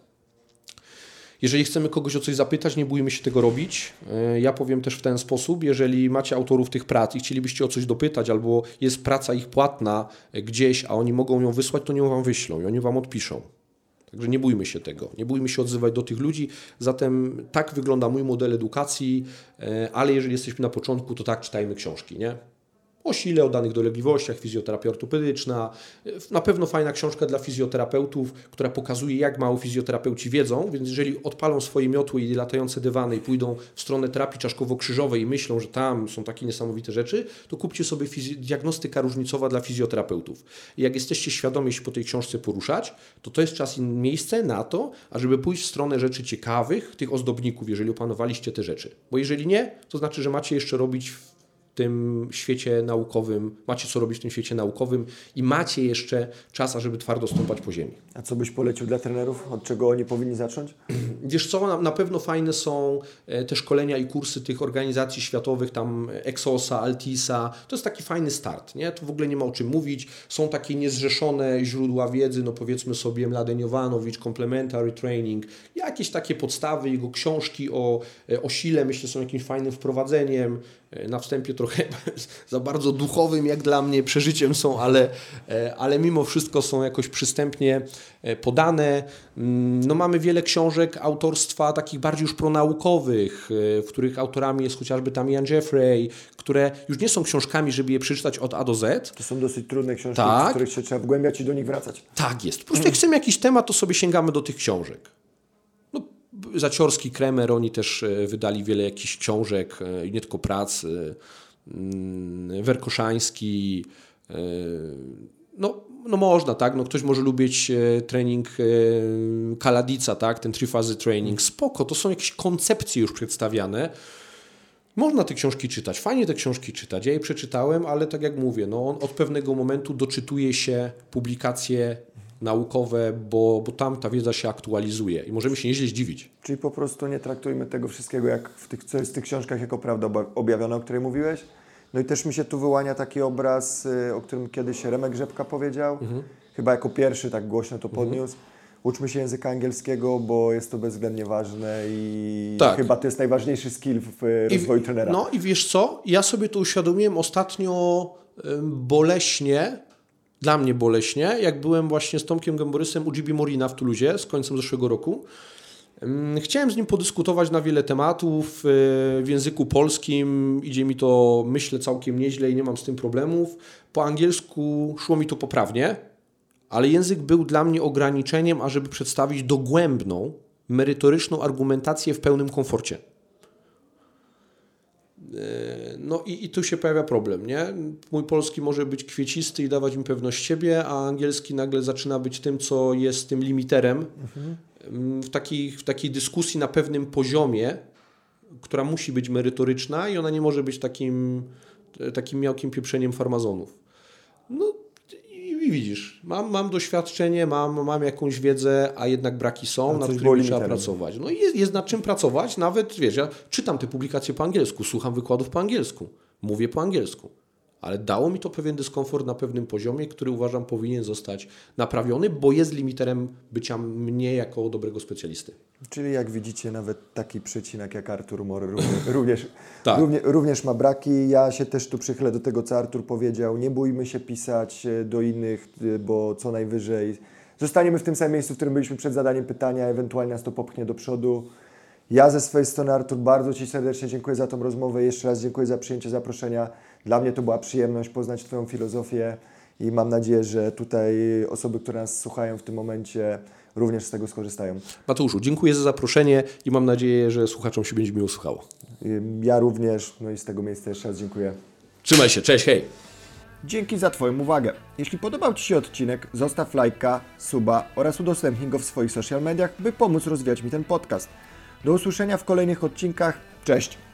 Jeżeli chcemy kogoś o coś zapytać, nie bójmy się tego robić. Ja powiem też w ten sposób, jeżeli macie autorów tych prac i chcielibyście o coś dopytać, albo jest praca ich płatna gdzieś, a oni mogą ją wysłać, to nią Wam wyślą i oni Wam odpiszą. Także nie bójmy się tego, nie bójmy się odzywać do tych ludzi. Zatem tak wygląda mój model edukacji, ale jeżeli jesteśmy na początku, to tak, czytajmy książki, nie? O sile, o danych dolegliwościach, fizjoterapia ortopedyczna. Na pewno fajna książka dla fizjoterapeutów, która pokazuje, jak mało fizjoterapeuci wiedzą, więc jeżeli odpalą swoje miotły i latające dywany i pójdą w stronę terapii czaszkowo-krzyżowej i myślą, że tam są takie niesamowite rzeczy, to kupcie sobie fizy- diagnostyka różnicowa dla fizjoterapeutów. I jak jesteście świadomi się po tej książce poruszać, to to jest czas i miejsce na to, ażeby pójść w stronę rzeczy ciekawych, tych ozdobników, jeżeli opanowaliście te rzeczy. Bo jeżeli nie, to znaczy, że macie jeszcze robić w tym świecie naukowym, macie co robić w tym świecie naukowym i macie jeszcze czas, ażeby twardo stąpać po ziemi. A co byś polecił dla trenerów? Od czego oni powinni zacząć? Wiesz co, na, na pewno fajne są te szkolenia i kursy tych organizacji światowych, tam Exosa, Altisa. To jest taki fajny start, nie? Tu w ogóle nie ma o czym mówić. Są takie niezrzeszone źródła wiedzy, no powiedzmy sobie Mladen Jovanovich, Complementary Training, jakieś takie podstawy, jego książki o, o sile, myślę, są jakimś fajnym wprowadzeniem. Na wstępie trochę za bardzo duchowym, jak dla mnie, przeżyciem są, ale, ale mimo wszystko są jakoś przystępnie podane. No mamy wiele książek autorstwa takich bardziej już pronaukowych, w których autorami jest chociażby tam Ian Jeffrey, które już nie są książkami, żeby je przeczytać od A do Z. To są dosyć trudne książki, Tak. w których się trzeba wgłębiać i do nich wracać. Tak jest. Po prostu jak chcemy jakiś temat, to sobie sięgamy do tych książek. No, Zaciorski, Kremer, oni też wydali wiele jakichś książek, i nie tylko prac. Werkoszański, no, no można, tak, no ktoś może lubić trening Kaladica, tak, ten trifazy training, spoko, to są jakieś koncepcje już przedstawiane. Można te książki czytać, fajnie te książki czytać, ja je przeczytałem, ale tak jak mówię, no on od pewnego momentu doczytuje się publikacje naukowe, bo, bo tam ta wiedza się aktualizuje i możemy się nieźle zdziwić. Czyli po prostu nie traktujmy tego wszystkiego, jak w tych, co jest w tych książkach, jako prawda objawiona, o której mówiłeś. No i też mi się tu wyłania taki obraz, o którym kiedyś Remek Rzepka powiedział. Mhm. Chyba jako pierwszy tak głośno to podniósł. Mhm. Uczmy się języka angielskiego, bo jest to bezwzględnie ważne i tak. Chyba to jest najważniejszy skill w rozwoju I, trenera. No i wiesz co, ja sobie to uświadomiłem ostatnio boleśnie, dla mnie boleśnie, jak byłem właśnie z Tomkiem Gęborysem u G B Morina w Toulouse z końcem zeszłego roku. Chciałem z nim podyskutować na wiele tematów w języku polskim. Idzie mi to, myślę, całkiem nieźle i nie mam z tym problemów. Po angielsku szło mi to poprawnie, ale język był dla mnie ograniczeniem, ażeby przedstawić dogłębną, merytoryczną argumentację w pełnym komforcie. No i, i tu się pojawia problem, nie? Mój polski może być kwiecisty i dawać mi pewność siebie, a angielski nagle zaczyna być tym, co jest tym limiterem. Mhm. W takiej, w takiej dyskusji na pewnym poziomie, która musi być merytoryczna i ona nie może być takim, takim miałkim pieprzeniem farmazonów. No i, i widzisz, mam, mam doświadczenie, mam, mam jakąś wiedzę, a jednak braki są, nad którymi trzeba pracować. No i jest, jest nad czym pracować, nawet wiesz, ja czytam te publikacje po angielsku, słucham wykładów po angielsku, mówię po angielsku, ale dało mi to pewien dyskomfort na pewnym poziomie, który uważam powinien zostać naprawiony, bo jest limiterem bycia mnie jako dobrego specjalisty. Czyli jak widzicie, nawet taki przecinak jak Artur Mor również, również, tak. równie, również ma braki. Ja się też tu przychylę do tego, co Artur powiedział. Nie bójmy się pisać do innych, bo co najwyżej zostaniemy w tym samym miejscu, w którym byliśmy przed zadaniem pytania, ewentualnie nas to popchnie do przodu. Ja ze swojej strony, Artur, bardzo Ci serdecznie dziękuję za tą rozmowę. Jeszcze raz dziękuję za przyjęcie zaproszenia. Dla mnie to była przyjemność poznać Twoją filozofię i mam nadzieję, że tutaj osoby, które nas słuchają w tym momencie, również z tego skorzystają. Mateuszu, dziękuję za zaproszenie i mam nadzieję, że słuchaczom się będzie miło słuchało. Ja również, no i z tego miejsca jeszcze raz dziękuję. Trzymaj się, cześć, hej! Dzięki za Twoją uwagę. Jeśli podobał Ci się odcinek, zostaw lajka, suba oraz udostępnij go w swoich social mediach, by pomóc rozwijać mi ten podcast. Do usłyszenia w kolejnych odcinkach. Cześć!